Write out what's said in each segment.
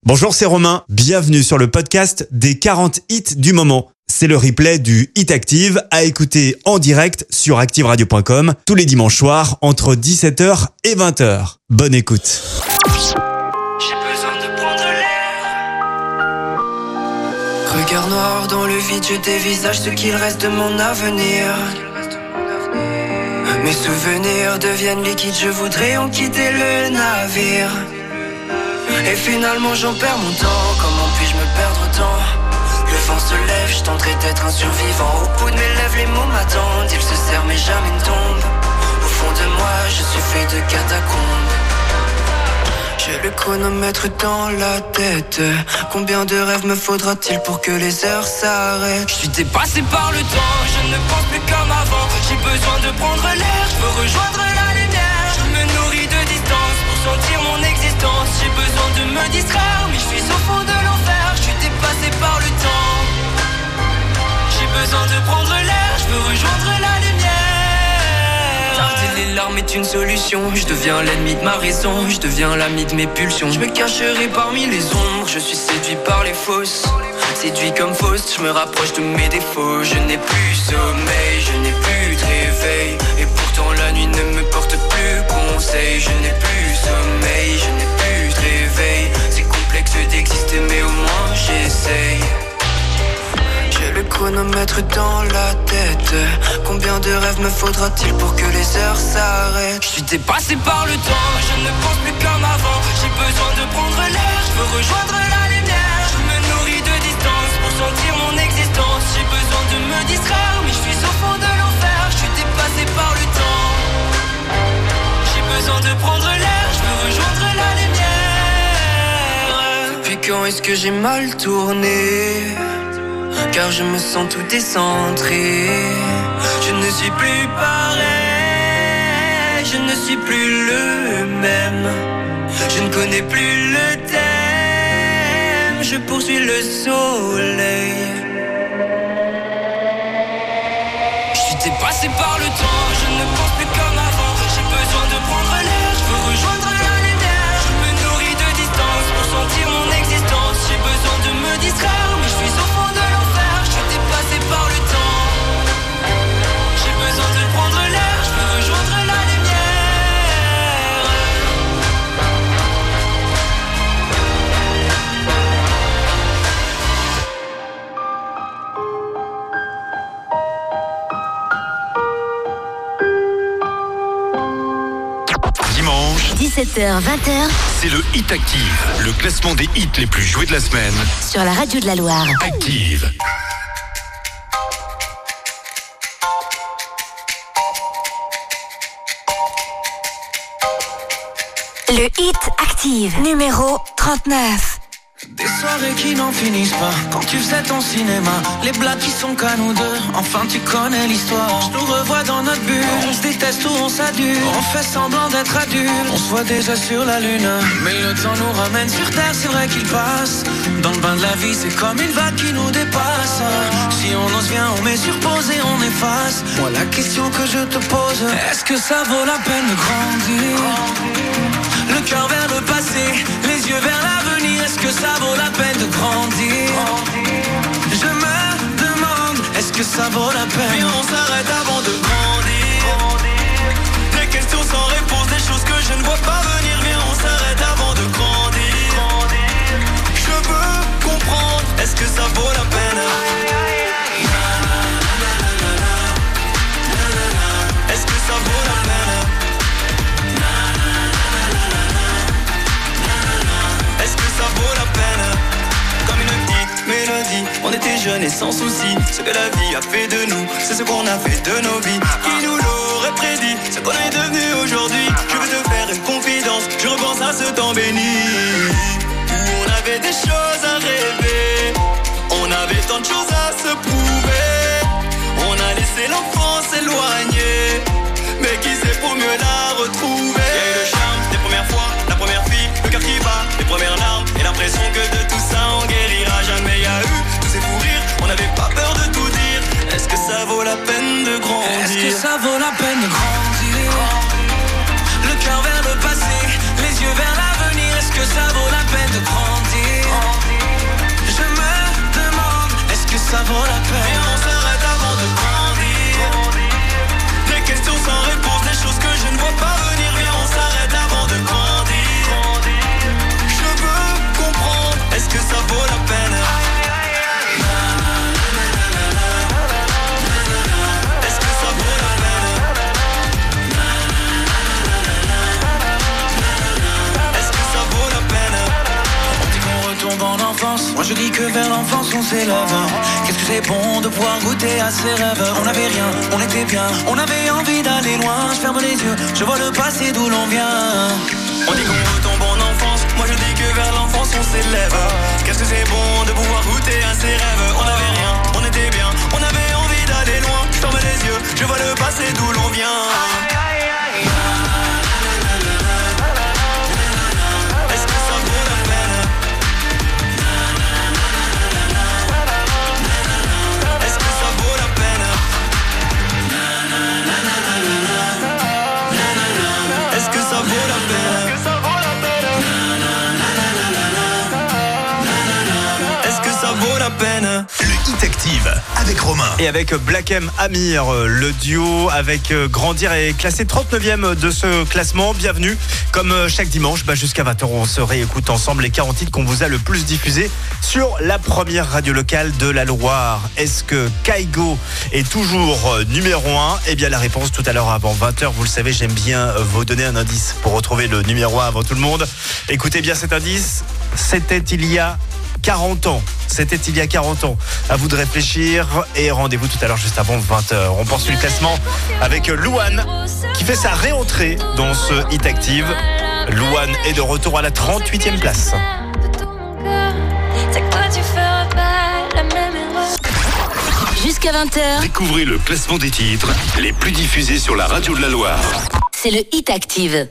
Bonjour, c'est Romain. Bienvenue sur le podcast des 40 hits du moment. C'est le replay du Hit Active à écouter en direct sur activeradio.com tous les dimanches soirs entre 17h et 20h. Bonne écoute. J'ai besoin de prendre l'air. Regard noir dans le vide, je dévisage ce qu'il reste de mon avenir. Mes souvenirs deviennent liquides, je voudrais en quitter le navire. Et finalement j'en perds mon temps, comment puis-je me perdre autant? Le vent se lève, je tenterai d'être un survivant. Au bout de mes lèvres, les mots m'attendent, ils se serrent mais jamais ne tombent. Au fond de moi, je suis fait de catacombes. J'ai le chronomètre dans la tête. Combien de rêves me faudra-t-il pour que les heures s'arrêtent? Je suis dépassé par le temps, je ne pense plus comme avant. J'ai besoin de prendre l'air, je veux rejoindre la lumière. Je me nourris de distance pour sentir mon existence. J'ai besoin de me distraire, mais je suis au fond de l'enfer. Je suis dépassé par le temps. J'ai besoin de prendre l'air, je veux rejoindre la lumière. Tarder les larmes est une solution. Je deviens l'ennemi de ma raison, je deviens l'ami de mes pulsions. Je me cacherai parmi les ombres, je suis séduit par les fausses. Séduit comme Faust, je me rapproche de mes défauts. Je n'ai plus sommeil, je n'ai plus de réveil. Et pourtant la nuit ne me porte plus conseil. Je n'ai plus sommeil, je n'ai plus de réveil. C'est complexe d'exister mais au moins j'essaye. J'ai le chronomètre dans la tête. Combien de rêves me faudra-t-il pour que les heures s'arrêtent? Je suis dépassé par le temps, je ne pense plus comme avant. J'ai besoin de prendre l'air, je veux rejoindre la lumière. Je me nourris de distance pour sentir mon existence. J'ai besoin de me distraire, mais je suis au fond de l'enfer. Je suis dépassé par le temps. J'ai besoin de prendre l'air, je veux rejoindre la lumière. Depuis quand est-ce que j'ai mal tourné? Car je me sens tout décentré. Je ne suis plus pareil, je ne suis plus le même. Je ne connais plus le thème, je poursuis le soleil. Je suis dépassé par le temps, je ne pense plus comme avant. J'ai besoin de prendre l'air, je veux rejoindre la lumière. Je me nourris de distance pour sentir mon existence. J'ai besoin de me distraire, mais je suis au fond de l'enfer. Je suis dépassé par le temps. J'ai besoin de prendre l'air, je veux rejoindre la lumière. Dimanche, 17h-20h, c'est le Hit Active, le classement des hits les plus joués de la semaine. sur la radio de la Loire. Active. Le Hit Active, numéro 39. Des soirées qui n'en finissent pas. Quand tu faisais ton cinéma, les blagues qui sont qu'à nous deux. Enfin tu connais l'histoire. Je nous revois dans notre bulle. On se déteste ou on s'adule. On fait semblant d'être adultes. On se voit déjà sur la lune. Mais le temps nous ramène sur terre, c'est vrai qu'il passe. Dans le bain de la vie, c'est comme une vague qui nous dépasse. Si on ose vient, on met sur pause et on efface. Moi la question que je te pose, est-ce que ça vaut la peine de grandir? Le cœur vers le passé, les yeux vers l'avenir. Est-ce que ça vaut la peine de grandir? Je me demande, est-ce que ça vaut la peine? Viens, on s'arrête avant de grandir. Des questions sans réponse, des choses que je ne vois pas venir. Viens, on s'arrête avant de grandir. Je veux comprendre, est-ce que ça vaut la peine? Est-ce que ça vaut la peine? Est-ce que ça vaut la peine? Comme une petite mélodie, on était jeunes et sans soucis. Ce que la vie a fait de nous, c'est ce qu'on a fait de nos vies. Qui nous l'aurait prédit, ce qu'on est devenu aujourd'hui. Je veux te faire une confidence, je repense à ce temps béni où on avait des choses à rêver. On avait tant de choses à se prouver. On a laissé l'enfance éloignée, mais qui sait pour mieux la retrouver. Il y a eu le charme des premières fois, la première fille, le cœur qui bat, les premières larmes et l'impression que de tout ça on guérira jamais. Il y a eu tous ces fous rires, on n'avait pas peur de tout dire. Est-ce que ça vaut la peine de grandir? Est-ce que ça vaut la peine de grandir? Le cœur vers le passé, les yeux vers l'avenir. Est-ce que ça vaut la peine de grandir? l'enfance. Moi je dis que vers l'enfance on s'élève. Qu'est-ce que c'est bon de pouvoir goûter à ses rêves. On n'avait rien, on était bien, on avait envie d'aller loin. Je ferme les yeux, je vois le passé d'où l'on vient. On dit qu'on retombe en enfance. Moi je dis que vers l'enfance on s'élève. Qu'est-ce que c'est bon de pouvoir goûter à ses rêves. On n'avait rien, on était bien, on avait envie d'aller loin. Je ferme les yeux, je vois le passé d'où l'on vient. Est-ce que ça vaut la peine? Est-ce que ça vaut la peine? Est-ce que ça vaut la peine? Est-ce que ça vaut la peine? Le Hit Active avec Romain. Et avec Black M Amir, le duo avec Grandir est classé 39e de ce classement. Bienvenue. Comme chaque dimanche, jusqu'à 20h, on se réécoute ensemble les 40 hits qu'on vous a le plus diffusés sur la première radio locale de la Loire. Est-ce que Kaigo est toujours numéro 1? Eh bien, la réponse tout à l'heure avant 20h. Vous le savez, j'aime bien vous donner un indice pour retrouver le numéro 1 avant tout le monde. Écoutez bien cet indice. C'était il y a 40 ans. C'était il y a 40 ans. À vous de réfléchir et rendez-vous tout à l'heure juste avant 20h. On poursuit le classement avec Louane qui fait sa réentrée dans ce Hit Active. Louane est de retour à la 38e place. Jusqu'à 20h, Découvrez le classement des titres les plus diffusés sur la radio de la Loire. c'est le Hit Active.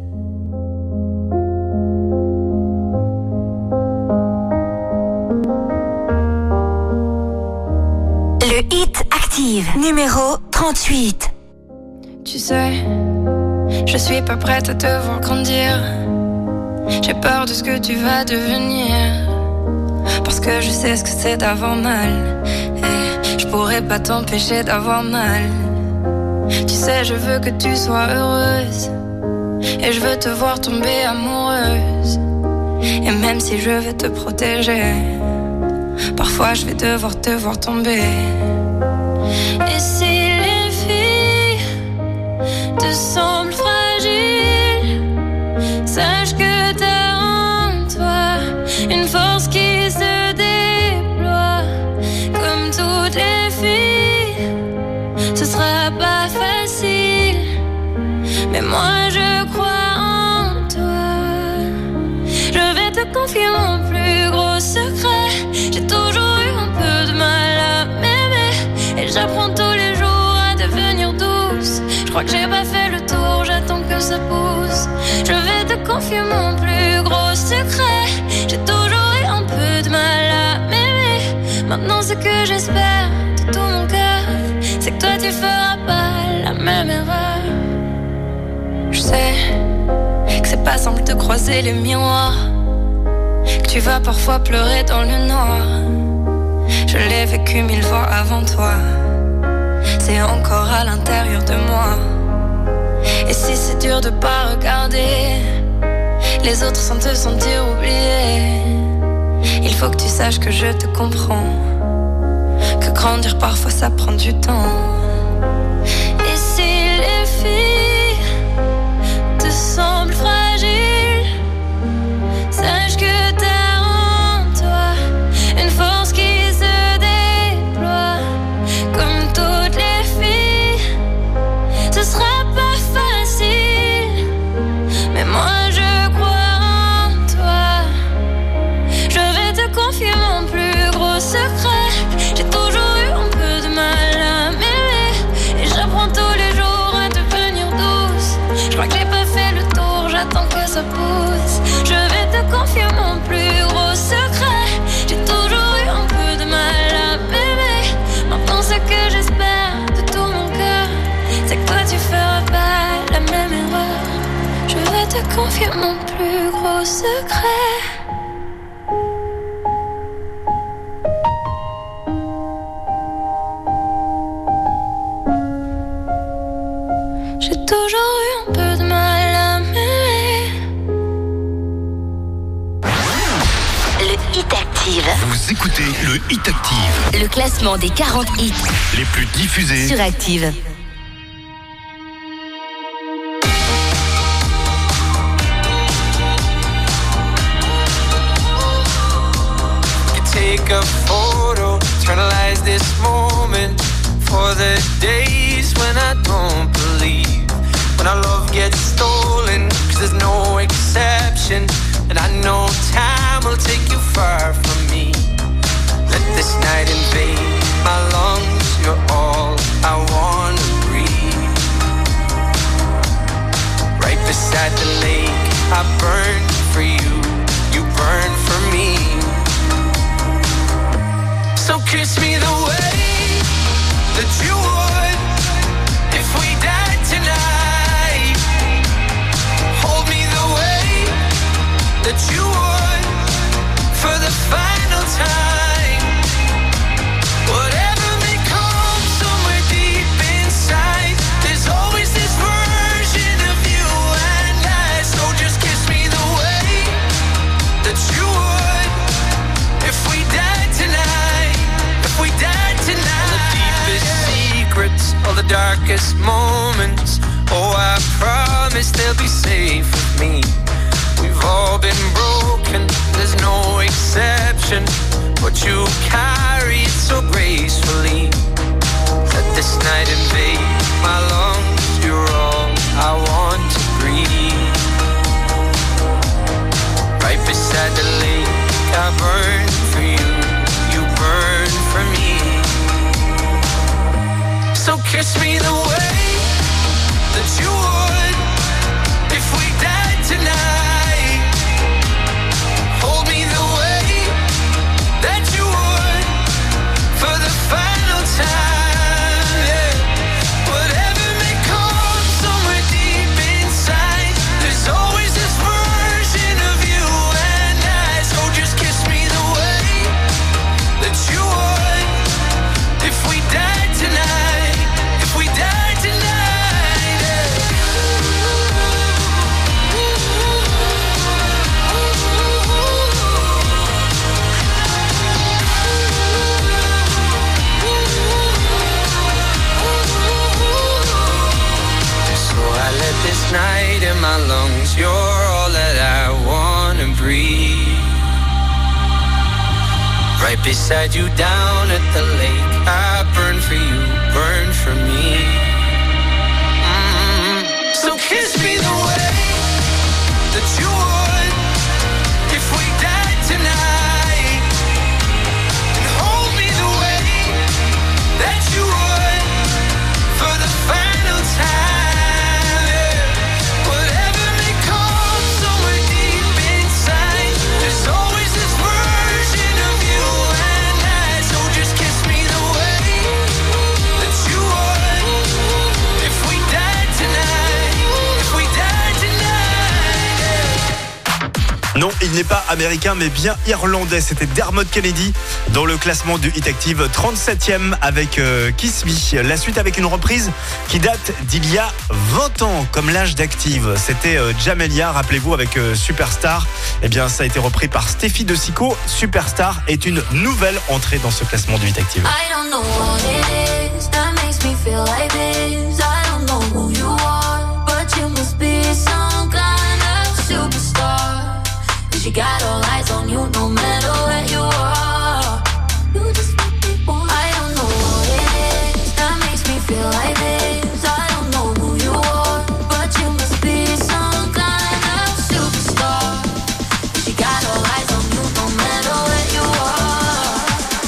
Le Hit Active, numéro 38. Tu sais, je suis pas prête à te voir grandir. J'ai peur de ce que tu vas devenir. Parce que je sais ce que c'est d'avoir mal. Et je pourrais pas t'empêcher d'avoir mal. Tu sais, je veux que tu sois heureuse. Et je veux te voir tomber amoureuse. Et même si je vais te protéger, parfois je vais devoir te voir tomber. Et si les filles te semblent fragiles, sache que t'as en toi une force qui se déploie. Comme toutes les filles, ce sera pas facile, mais moi je crois en toi. Je vais te confier mon plus gros secret. J'ai toujours eu un peu de mal à m'aimer, et j'apprends tous les jours à devenir douce. Je crois que j'ai pas fait le tour, j'attends que ça pousse. Je vais te confier mon plus gros secret. J'ai toujours eu un peu de mal à m'aimer. Maintenant ce que j'espère de tout mon cœur, c'est que toi tu feras pas la même erreur. Je sais que c'est pas simple de croiser les miroirs, que tu vas parfois pleurer dans le noir. Je l'ai vécu 1000 fois avant toi. C'est encore à l'intérieur de moi. Et si c'est dur de pas regarder les autres sans te sentir oublié, il faut que tu saches que je te comprends, que grandir parfois ça prend du temps. Et si les filles te semblent fragiles, sache que t'as en toi une force qui se déploie. Comme toutes les filles, ce sera pas facile, mais moi je crois en toi. Je vais te confier mon plus gros secret. J'ai toujours eu un peu de mal à m'aimer, et j'apprends tous les jours à devenir douce. Je crois que j'ai pas fait le tour, j'attends que ça pousse. Je vais te confier mon plus gros secret. J'ai toujours eu un peu de mal à m'aimer. Maintenant ce que j'espère de tout mon cœur, c'est que toi tu feras pas la même erreur. Je vais te confier mon plus gros secret. J'ai toujours eu un peu de mal à m'aimer. Le Hit Active, Vous écoutez le Hit Active, le classement des 40 hits les plus diffusés sur Active. take a photo, eternalize this moment for the days when I don't believe, when our love gets stolen, 'cause there's no exception, and I know time will take you far from me. Let this night invade my lungs, you're all I wanna breathe. Right beside the lake, I burn for you, you burn for me. So kiss me the way that you would if we died tonight. Hold me the way that you would for the final time. Whatever may come somewhere deep inside, there's always this version of you and I. So just kiss me the way that you would if we died tonight. If we died tonight. All the deepest secrets, all the darkest moments, oh, I promise they'll be safe with me. We've all been broken, there's no exception, but you carry it so gracefully. Let this night invade my lungs, you're all I want to breathe. Right beside the lake, I burn for you, you burn for me. So kiss me the way that you would if we died tonight. Hold me the way that you would for the final time. Yeah. Whatever may come somewhere deep inside, there's always this version of you and I. So just kiss me the way that you would if we died tonight. If we died tonight. Yeah. So I let this night in my lungs, you're all that I wanna breathe. Right beside you down at the lake, I burn for you, burn for me. So kiss me the way that you would if we died tonight, and hold me the way that you would for the final time. Yeah. Whatever may come somewhere deep inside, there's always this version of you and I. So just kiss me the way that you would if we died tonight. If we died tonight. Yeah. Non, il n'est pas américain, mais bien irlandais. C'était Dermot Kennedy dans le classement du Hit Active, 37e avec Kiss Me. La suite avec une reprise qui date d'il y a 20 ans, comme l'âge d'Active. C'était Jamelia, rappelez-vous, avec Superstar. Eh bien, ça a été repris par Stéphie de Sico. Superstar est une nouvelle entrée dans ce classement du Hit Active. I don't know what it is that makes me feel like this. I don't know who you are, but you must be some kind of superstar. 'Cause you got all eyes on you no matter where you are. You just make me want. I don't know what it is that makes me feel like this. I don't know who you are, but you must be some kind of superstar. 'Cause you got all eyes on you no matter where you are.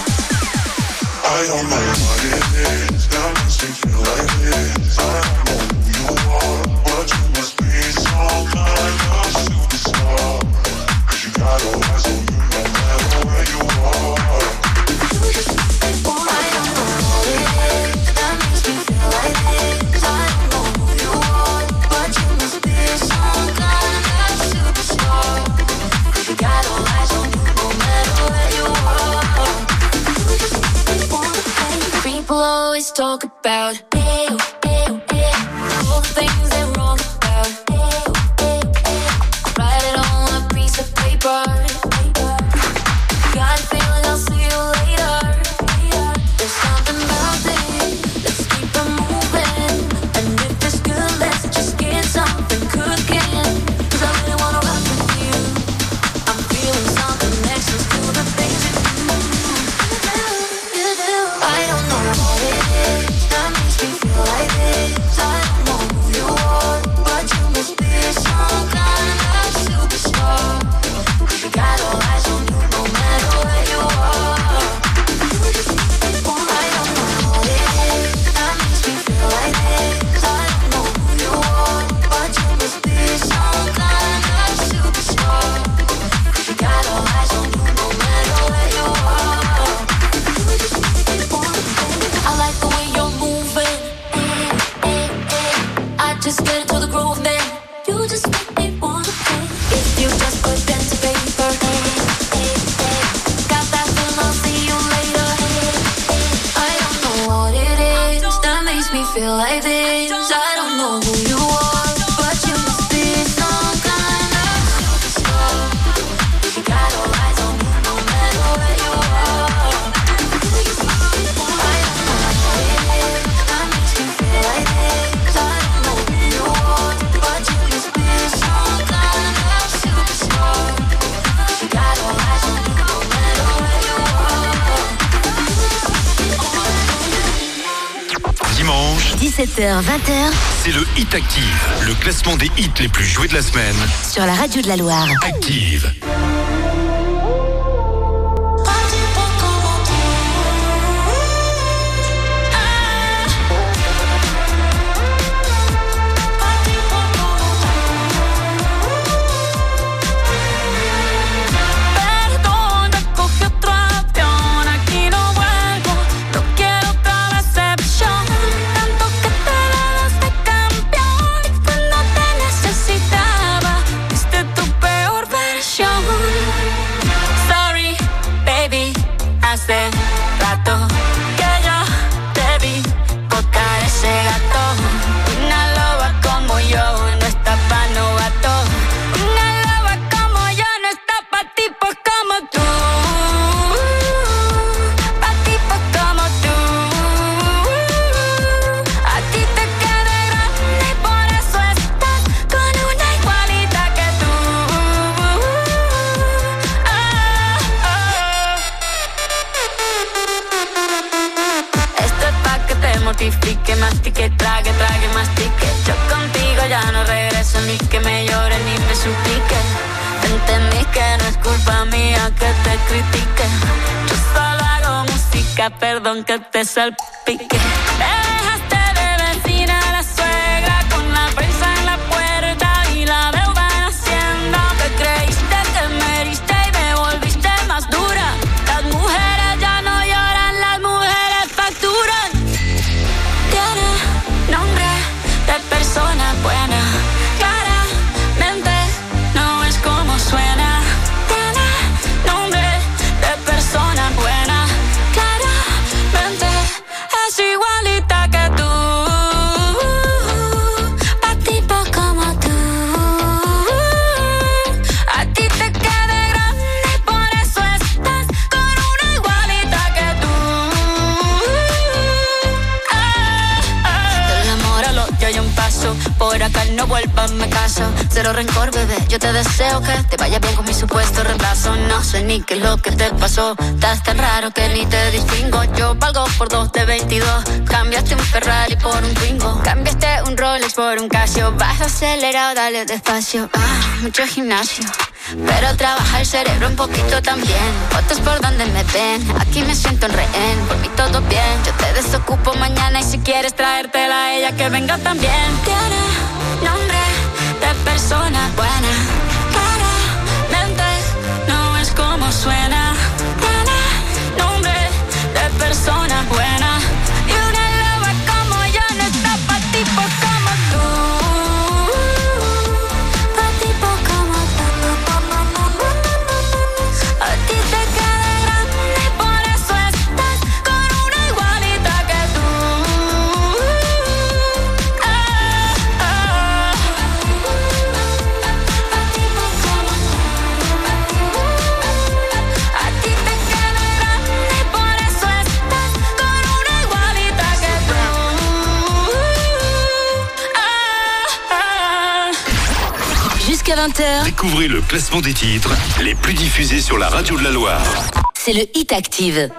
I don't know what it is that makes me feel like this. I don't know who you are, but you must be some kind of superstar. 'Cause you got all eyes on you no matter where you are. You just make me want. I don't know what it is that makes me feel like this. I don't know who you are, but you must be some kind of superstar. 'Cause you got all eyes on you no matter where you are. You just make me want. People always talk about all the things they're wrong about. Write it on a piece of paper. Got a feeling I'll see you later. There's something about it. Let's keep it moving. And if it's good, let's just get something cooking. 'Cause I really wanna rock with you. I'm feeling something next to the things you do. feel like this. I don't know who you are, but you must be some kind of superstar. You got all eyes on you, no matter where you are. I don't know what it is that makes me feel like this. I don't know who you are, but you must be some kind of superstar. You got all eyes on you, no matter where you are. Dimanche, 17h-20h, c'est le Hit Active, le classement des hits les plus joués de la semaine. sur la radio de la Loire. Active. Perdón, cogí otro avión, aquí no vuelvo, no quiero otra decepción. Tanto que te dabas de campeón y cuando te necesitaba, viste tu peor versión. Sorry, baby, hace rato que yo te vi tocar ese gato. Una loba como yo no está pa' novato. Una loba como yo no está pa' tipos como tú. Pa' tipos como tú. A ti te queda grande y por eso estás con una igualita que tú. Esto es pa' que te mortifique, mastique, trague, mastique. Yo contigo ya no regreso, ni que me llore ni me suplique. Entendí que no es culpa mía que te critique. Yo solo hago música, perdón que te salpique. Me dejaste de vecina a la suegra con la prensa en la puerta y la deuda en Hacienda. Te creíste que me heriste y me volviste más dura. Las mujeres ya no lloran, las mujeres facturan. Tiene nombre de persona buena, claramente no es como suena. Tiene nombre de persona buena, claramente es igualita que tú. Pa' tipos como tú. A ti te queda grande y por eso estás con una igualita que tú. Del amor al odio hay un paso, por acá no vuelvas, me caso. Cero rencor, bebé, yo te deseo que te vaya bien con mi supuesto reemplazo. No sé ni qué es lo que te pasó, estás tan raro que ni te distingo. Yo valgo por 2 de 22, cambiaste un Ferrari por un Twingo. Cambiaste un Rolex por un Casio, vas acelerado, dale despacio. Mucho gimnasio, pero trabaja el cerebro un poquito también. Fotos por donde me ven, aquí me siento en rehén. Por mí todo bien, yo te desocupo mañana y si quieres traértela a ella que venga también. Tiene nombre de persona buena, claramente no es como suena. Tiene nombre de persona buena y una loba como yo no está pa' tipos como tú. Pa' tipos como tú. A ti te queda grande y por eso estás con una igualita que tú. Pa' tipos como tú. A ti te queda grande y por eso estás con una igualita que tú. Jusqu'à 20h, Découvrez le classement des titres les plus diffusés sur la radio de la Loire. c'est le Hit Active.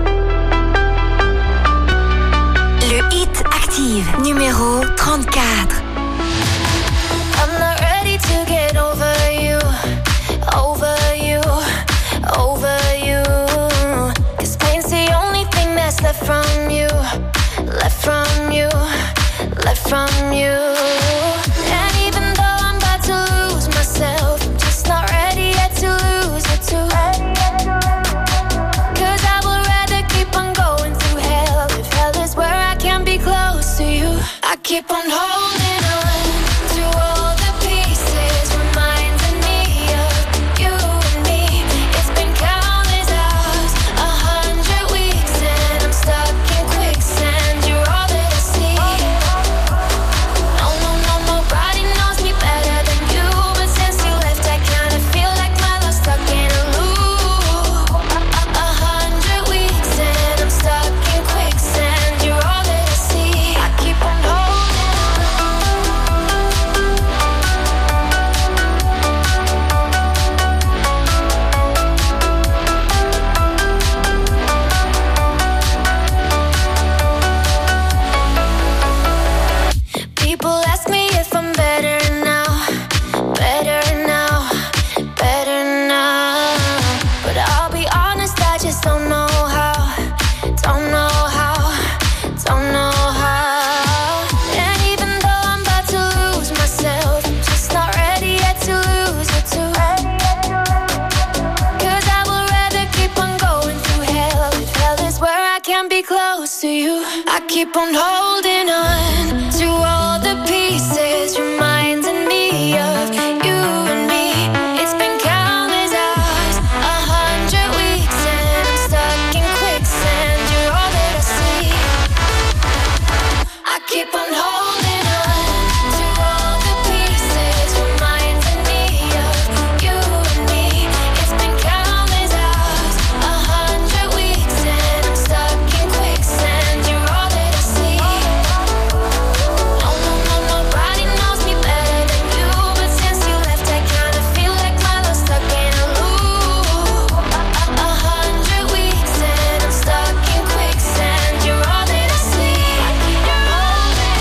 Le Hit Active, numéro 34. I'm not ready to get over you, over you, over you. 'Cause pain's the only thing that's left from you, left from you, left from you. And even though I'm about to lose myself, I'm just not ready yet to lose you too. 'Cause I would rather keep on going through hell if hell is where I can be close to you. I keep on holding on to all the pieces, reminding me of you and me. It's been countless hours, 100 weeks, and I'm stuck in quicksand. You're all that I see. be close to you. I keep on holding on to all the pieces, reminding me of you and me. It's been countless hours, 100 weeks, and I'm stuck in quicksand. You're all that I see. I keep on holding on to all the pieces, reminding me of you and me. It's been countless hours, 100 weeks, and I'm stuck in quicksand. You're all that I see. No, no, no, nobody knows me better than you, but since you left, I kinda feel like my love's stuck in a loop. 100 weeks, and I'm stuck in quicksand. You're all that I see. You're all that I see.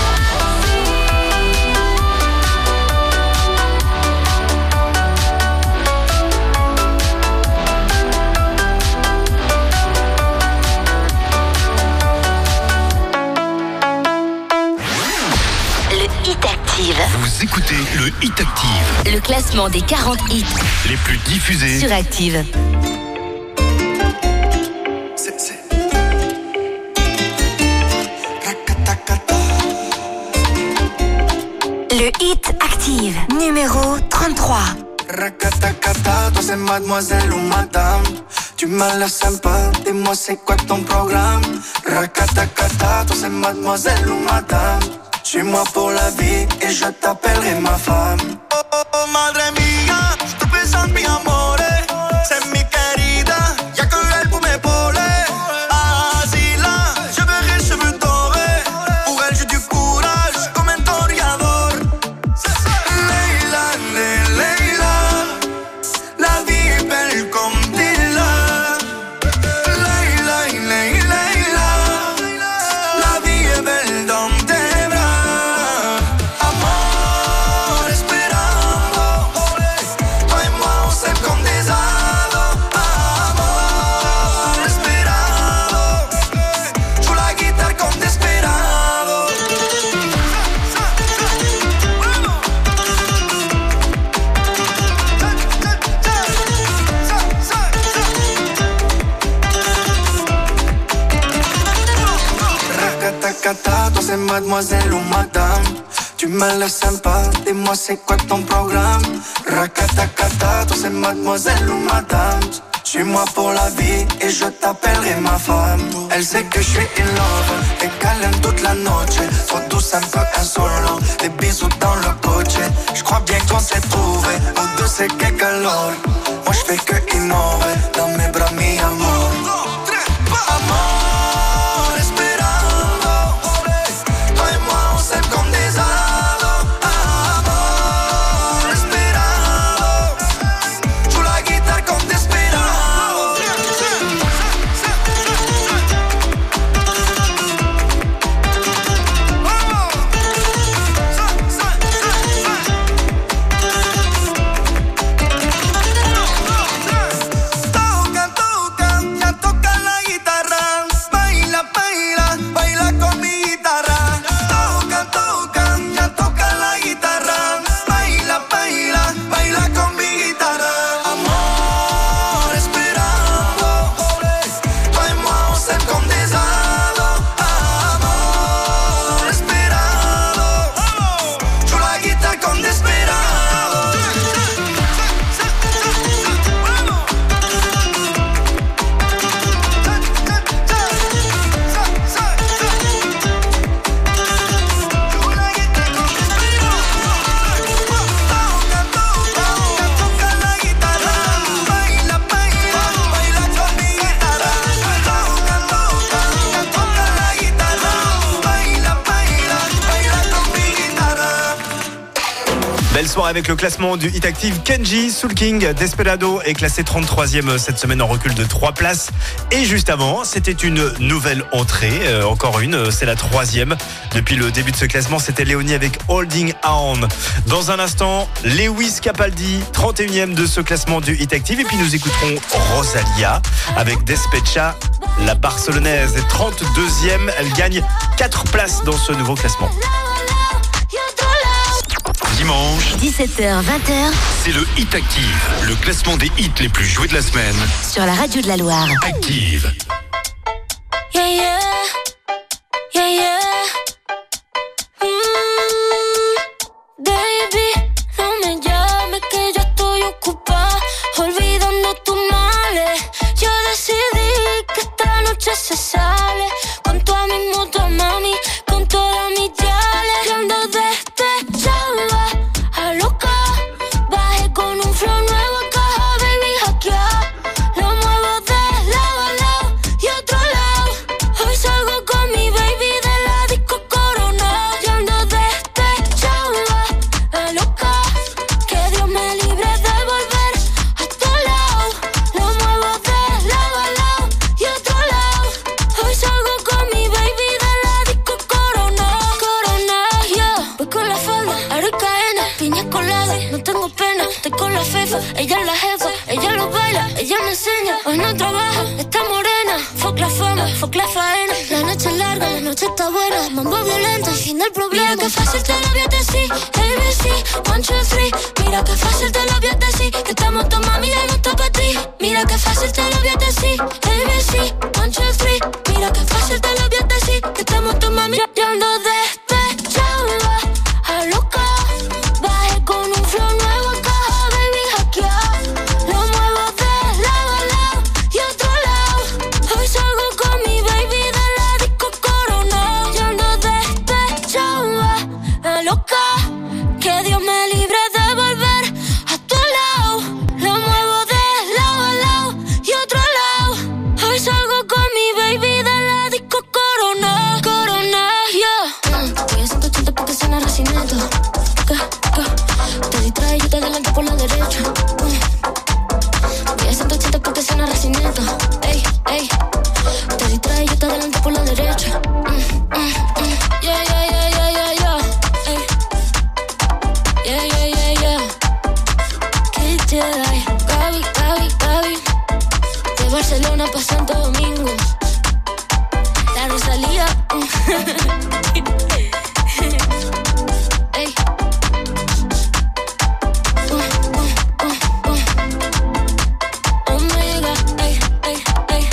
Le Hit Active. Vous écoutez le Hit Active, Le classement des 40 hits les plus diffusés. sur Active. Le Hit Active, numéro 33. Racatacata, toi c'est mademoiselle ou madame. Tu me laisses un peu, dis-moi c'est quoi ton programme. Racatacata, toi c'est mademoiselle ou madame. Suis-moi pour la vie et je t'appellerai ma femme. Oh, oh, oh, madre mía, je te présente mi amore. C'est mi querida, y'a que elle pour m'épauler. Así là, je verrai cheveux dorés. Pour elle j'ai du courage comme un toreador. Leila, Leila, la vie est belle comme Dila. Leila, Leila, la vie est belle dans tes bras. Amor, esperando, toi et moi on s'aime comme des ados. Amor, esperando, joue la guitare comme desperado. Racatacata, toi c'est mademoiselle ou madame. Tu me laisses un pas, dis-moi c'est quoi ton programme. Racatacata, toi c'est mademoiselle ou madame. Suis-moi pour la vie et je t'appellerai ma femme. Elle sait que je suis in love et qu'elle aime toute la noche. Trop douce, un peu insolent, des bisous dans le coche. Je crois bien qu'on s'est trouvé, nous deux c'est que calor. Moi je fais que innover, dans mes bras mi amor. Amor, esperando, toi et moi on s'aime comme des ados. Amor, esperando, joue la guitare comme desperado. Toca, toca, ya toca la guitarra. Baila, baila, baila con mi guitarra. Toca, toca, ya toca la guitarra. Baila, baila, baila con mi guitarra. Amor, esperando, toi et moi on s'aime comme des ados. Amor, esperando, joue la guitare comme desperado. Belle soirée avec le classement du Hit Active. Kenji, Soul King, Desperado est classé 33e cette semaine en recul de 3 places. Et juste avant, c'était une nouvelle entrée, encore une, c'est la 3e. Depuis le début de ce classement, c'était Léonie avec Holding On. Dans un instant, Lewis Capaldi, 31e de ce classement du Hit Active. Et puis nous écouterons Rosalia avec Despecha, la Barcelonaise est 32e. Elle gagne 4 places dans ce nouveau classement. Dimanche, 17h, 20h, c'est le Hit Active, le classement des hits les plus joués de la semaine. sur la radio de la Loire. Active. Yeah, yeah. decidí que esta noche se sale con toda mi moto, mami, con todas mis yales. Yo ando despechada, a loca, bajé con un flow nuevo, caja, baby, hackeada. Lo muevo de lado a lado y otro lado. Hoy salgo con mi baby de la disco Corona. Yo ando despechada, a loca, que Dios me libre de volver a tu lado. Lo muevo de lado a lado y otro lado. Hoy salgo con mi baby de la disco Corona. Corona, yeah. Voy con la falda, aro y cadena, piña colada, no tengo pena. Estoy con la fefa, ella es la jefa, ella lo baila, ella me enseña. Hoy no trabaja, está morena. Fuck la fama, fuck la faena. La noche es larga, la noche está buena. Mambo violento, el fin del problema. Mira que fácil te lo voy a decir, ABC, 1, 2, 3. Mira que fácil te lo voy a decir, que estamos tu mami ya no está pa' ti. Mira que fácil te lo voy a decir, ABC, 1, 2, 3. Mira que fácil te lo voy a decir, que estamos tu mami. Yo ando despechada, a loca, bajé con un flow nuevo, caja, baby, hackeada. Lo muevo de lado a lado y otro lado. Hoy salgo con mi baby de la disco Corona. Yo ando despechada, a loca, que Dios me libre de volver a tu lado. Lo muevo de lado a lado y otro lado. Hoy salgo con mi baby de la disco Corona. Corona, yeah. Voy a 180 porque suena Racimiento. Te distrae, yo te adelanto por la derecha. Voy a 180 porque suena Racimiento. Ey, ey. Te distrae, yo te adelanto por la derecha. Yeah, yeah, yeah, yeah, yeah, yeah. Ey. Yeah, yeah, yeah, yeah. ¿Qué te da? Gaby, Gaby, Gaby. De Barcelona pa' Santo Domingo. La Rosalía. Ey. Omega, ey, ey, ey.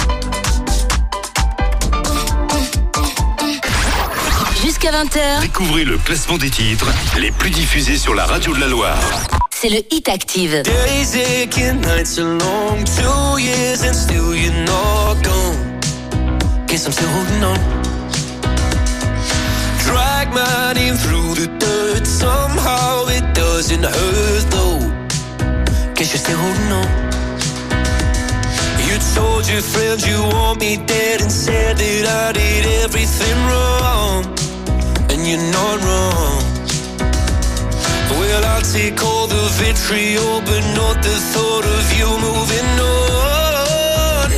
Jusqu'à 20h, Découvrez le classement des titres les plus diffusés sur la radio de la Loire. c'est le Hit Active. Days aching, nights are long, 2 years and still you're not gone. Guess I'm still holding on. Drag my name through the dirt, somehow it doesn't hurt though. Guess you're still holding on. You told your friends you want me dead and said that I did everything wrong. And you're not wrong. Well, I'll take all the vitriol, but not the thought of you moving on.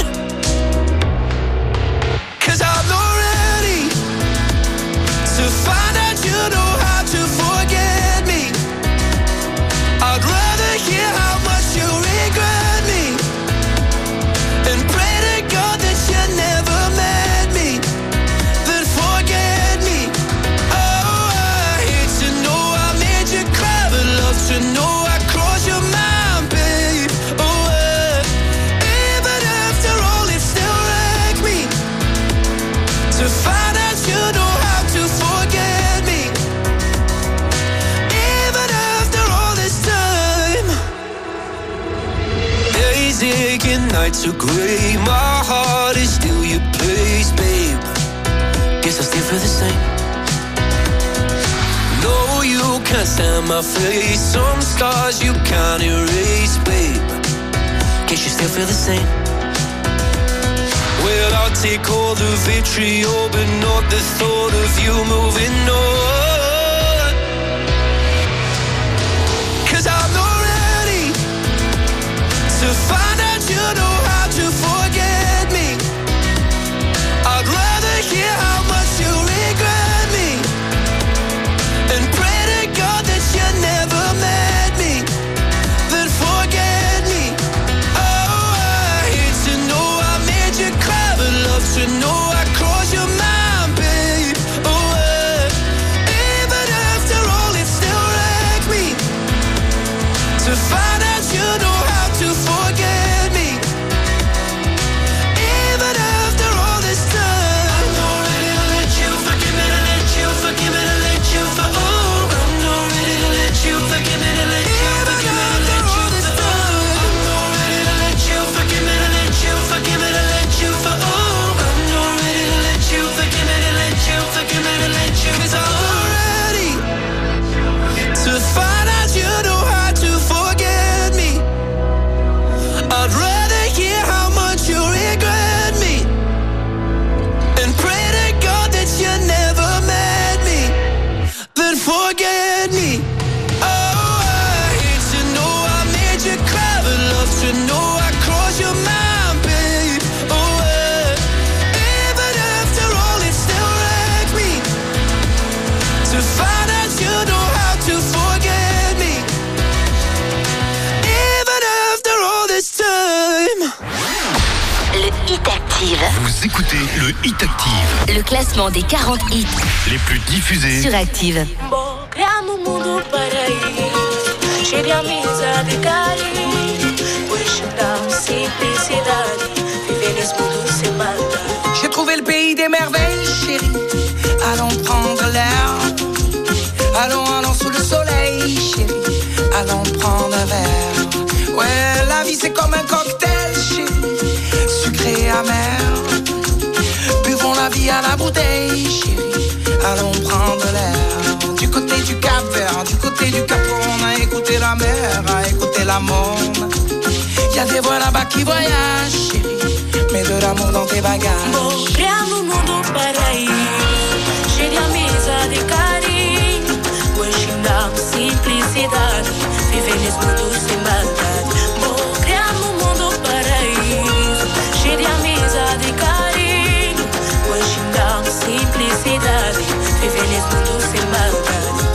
'Cause I'm not ready to find out you know how to forget me. I'd rather hear how much you regret me and pray to God that you never met me, then forget me. Oh, I hate to know I made you cry, but love to know I crossed your mind, babe. Oh, even after all, it still wrecked me to find out you know how to forget me. Even after all this time, days aching, nights are gray. My heart is still your place, babe. Guess I still feel the same. No, you can't stand my face. Some scars you can't erase, babe. Guess you still feel the same. Well, I'll take all the vitriol, but not the thought of you moving on. 'Cause I'm not ready to find out you know how to forget me. I'd rather hear how much you regret me and pray to God that you never met me, then forget me. Oh, I hate to know I made you cry, but love to know I crossed your mind, babe. Oh, even after all, it still wrecked me to find out you know how to forget me. Even after all this time, I'm not ready to let you forgive me, to let you forgive me, to let you for. Oh, I'm not ready to let you forgive me, to let you forgive me, to let you for. I'm not ready to let you forgive me, to let you forgive me, to forget me. Oh, I hate to know I made you cry, but love to know I crossed your mind, babe. Oh, even after all, it still wrecks me to find out you know how to forget me. Even after all this time. Le Hit Active. Vous écoutez le Hit Active. Le classement des 40 hits Les plus diffusés sur Active. Criamos um mundo paraíso, cheio de amizade e carinho. Hoje dá simplicidade, viver nesse mundo sem maldade. J'ai trouvé le pays des merveilles, chérie. Allons prendre l'air. Allons, allons sous le soleil, chérie. Allons prendre un verre. Ouais, la vie c'est comme un cocktail, chérie. Sucré et amer. Buvons la vie à la bouteille, chérie. Allons prendre l'air. Du côté du Cap Vert, du côté du Cap, on a écouté la mer, a écouté la monde. Y'a des voix là-bas qui voyagent, chérie. Mets de l'amour dans tes bagages. Criamos um mundo paraíso, cheio de amizade e carinho. Hoje dá simplicidade, viver nesse mundo sem maldade. Criamos um mundo paraíso, cheio de amizade e carinho. Hoje dá simplicidade, viver nesse mundo sem maldade.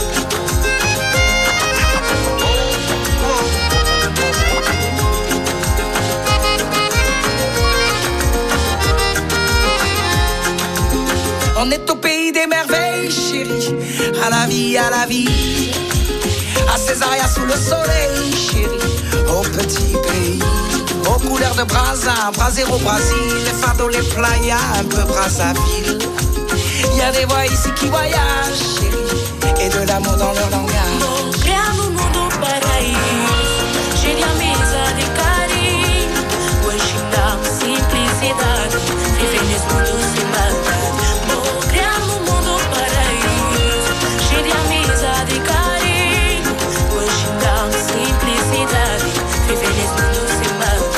On est au pays des merveilles, chérie. À la vie, à la vie. À Césaria sous le soleil, chérie. Au petit pays. Aux couleurs de Brazza, Brasero, Brésil. Les fardeaux, les playas, un peu Brazzaville. Y a des voix ici qui voyagent, chérie. Et de l'amour dans leur langage. Criamos um mundo paraíso, cheio de amizade e carinho. Hoje dá simplicidade, viver nesse mundo sem maldade. Criamos um mundo paraíso, cheio de amizade e carinho. Hoje dá simplicidade, viver nesse mundo sem maldade.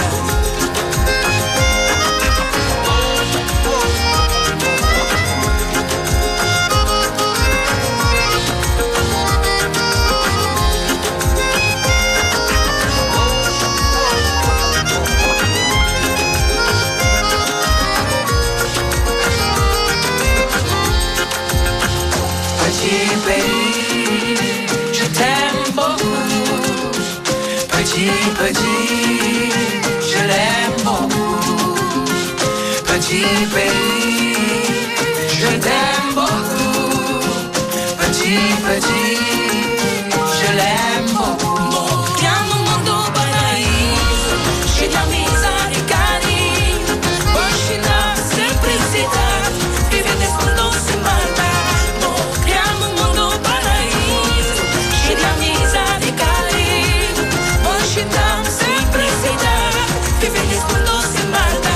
Petit pays, je t'aime beaucoup. Petit, petit, je l'aime beaucoup. Petit pays, je t'aime beaucoup. Petit, petit, je l'aime beaucoup. Criamos um mundo paraíso, cheio de amizade e carinho. Hoje dá simplicidade, viver nesse mundo sem maldade. Criamos um mundo paraíso, cheio de amizade e carinho. Hoje dá simplicidade, viver nesse mundo sem maldade.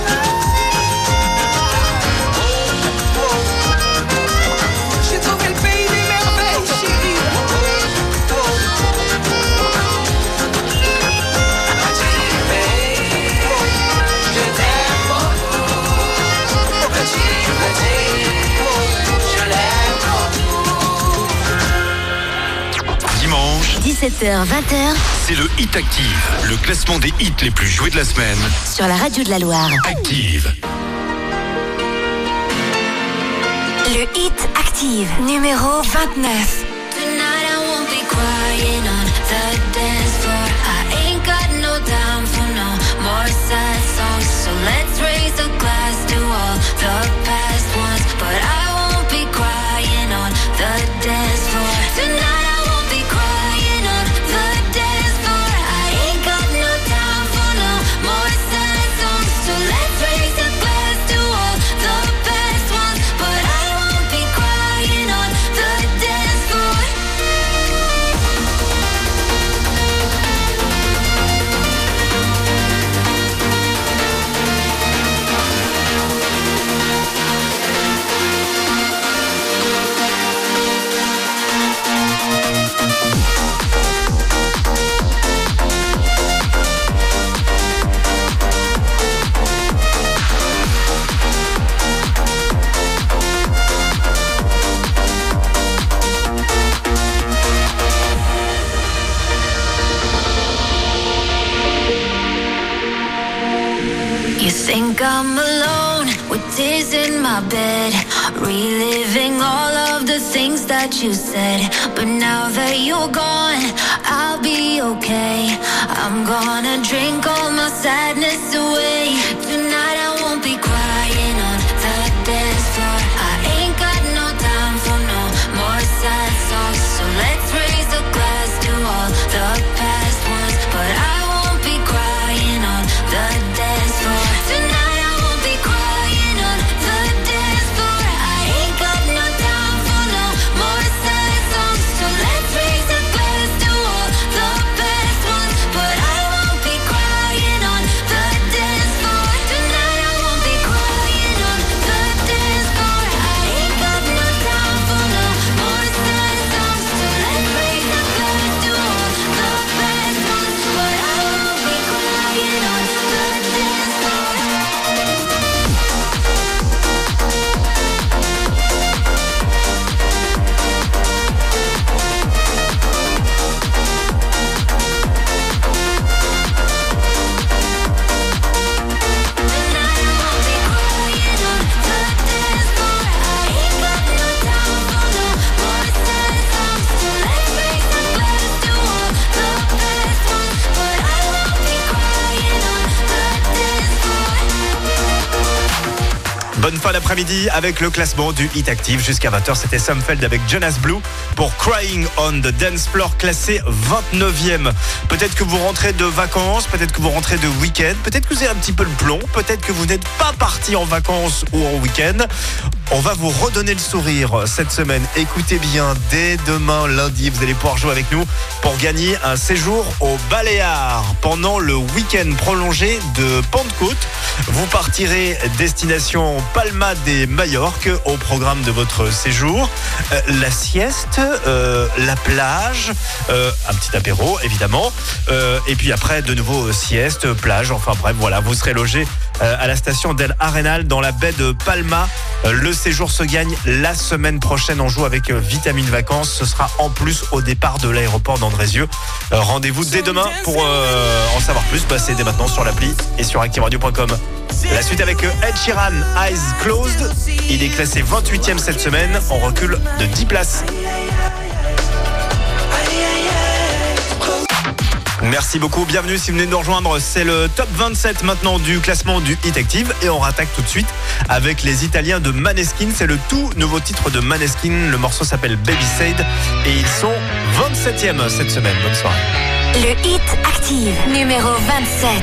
J'ai trouvé le pays des merveilles, chérie. Petit pays, je t'aime beaucoup. Petit, petit, je l'aime beaucoup. Dimanche, 17h-20h c'est le Hit Active, le classement des hits les plus joués de la semaine. sur la radio de la Loire. Active. Le Hit Active, numéro 29. Tonight I won't be crying on the dance floor. I ain't got no time for no more sad songs. So let's raise a glass to all the past ones. But I won't be crying on the dance floor. Tonight I won't be crying on the dance floor. I ain't got no time for no more sad songs. So let's raise a glass to all the past ones. But I won't be crying on the dance floor. think I'm alone with tears in my bed, reliving all of the things that you said. But now that you're gone, I'll be okay. I'm gonna drink all my sadness away. Tonight I won't be crying on the dance floor. I ain't got no time for no more sad songs. So let's raise a glass to all the past ones. But I won't be crying on the dance floor. Tonight I won't be crying on the dance floor. I ain't got no time for no more sad songs. So let's raise a glass to all the past ones. But I won't be crying on the dance floor. Tonight I won't be crying on the dance floor. I ain't got no time for no more sad songs. So let's raise a glass to all the past ones. But I won't be crying on the dance floor. Bonne fin d'après-midi avec le classement du Hit Active. Jusqu'à 20h, c'était Sumfeld avec Jonas Blue pour Crying on the Dance Floor, classé 29e. Peut-être que vous rentrez de vacances, peut-être que vous rentrez de week-end, peut-être que vous avez un petit peu le plomb, peut-être que vous n'êtes pas parti en vacances ou en week-end. On va vous redonner le sourire cette semaine. Écoutez bien, dès demain lundi, vous allez pouvoir jouer avec nous pour gagner un séjour au Baléares pendant le week-end prolongé de Pentecôte. Vous partirez destination Palma de Majorque au programme de votre séjour. La sieste, la plage, un petit apéro évidemment. Et puis après, de nouveau sieste, plage, enfin bref, voilà, vous serez logé à la station d'El Arenal dans la baie de Palma. Le séjour se gagne la semaine prochaine. On joue avec Vitamine Vacances. Ce sera en plus au départ de l'aéroport d'Andrézieux. Rendez-vous dès demain pour en savoir plus. C'est dès maintenant sur l'appli et sur activeradio.com. La suite avec Ed Sheeran, Eyes Closed. Il est classé 28e cette semaine. On recule de 10 places. Merci beaucoup, bienvenue si vous venez de nous rejoindre. C'est le top 27 maintenant du classement du Hit Active. Et on rattaque tout de suite avec les Italiens de Maneskin. C'est le tout nouveau titre de Maneskin. Le morceau s'appelle Baby Said. Et ils sont 27e cette semaine. Bonne soirée. Le Hit Active, numéro 27.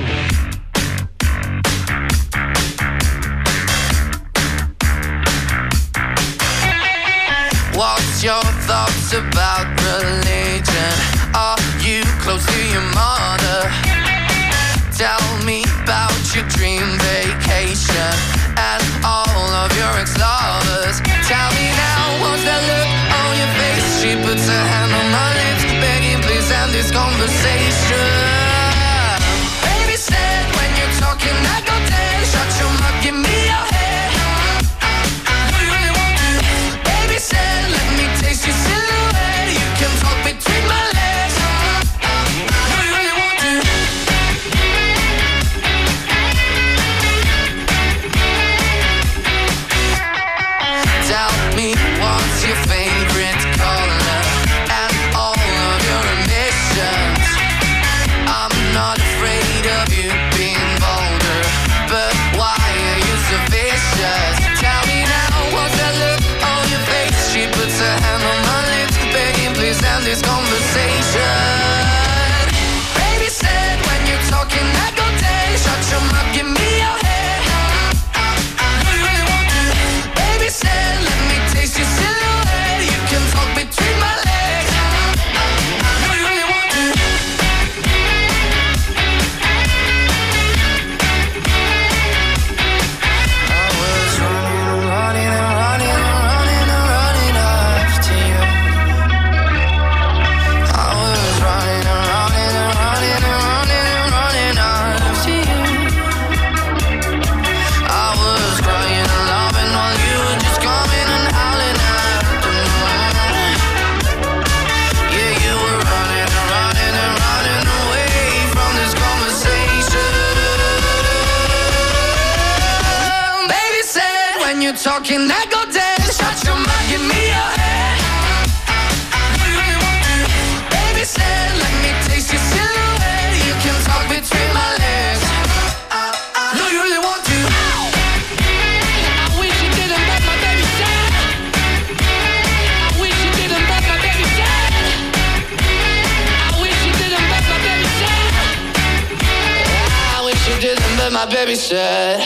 What's your thoughts about religion? Are you close to your mother? Tell me about your dream vacation and all of your ex-lovers. Tell me now, what's that look on your face? She puts her hand on my lips, begging please end this conversation. Baby said when you're talking I go dead. Shut your mouth, give me your head. What do you really want to? Baby said let me taste your silhouette. You can talk between my legs. What do you really want to? Tell me what's your favorite color and all of your ambitions. I'm not afraid of you being bolder. when you're talking, I go dead. Shut your mouth, give me your hand. What do you really want to? Baby said, let me taste your silhouette. You can talk between my legs. Do you really want to? I wish you didn't, but my baby said. I wish you didn't, but my baby said. I wish you didn't, but my baby said. I wish you didn't, but my baby said.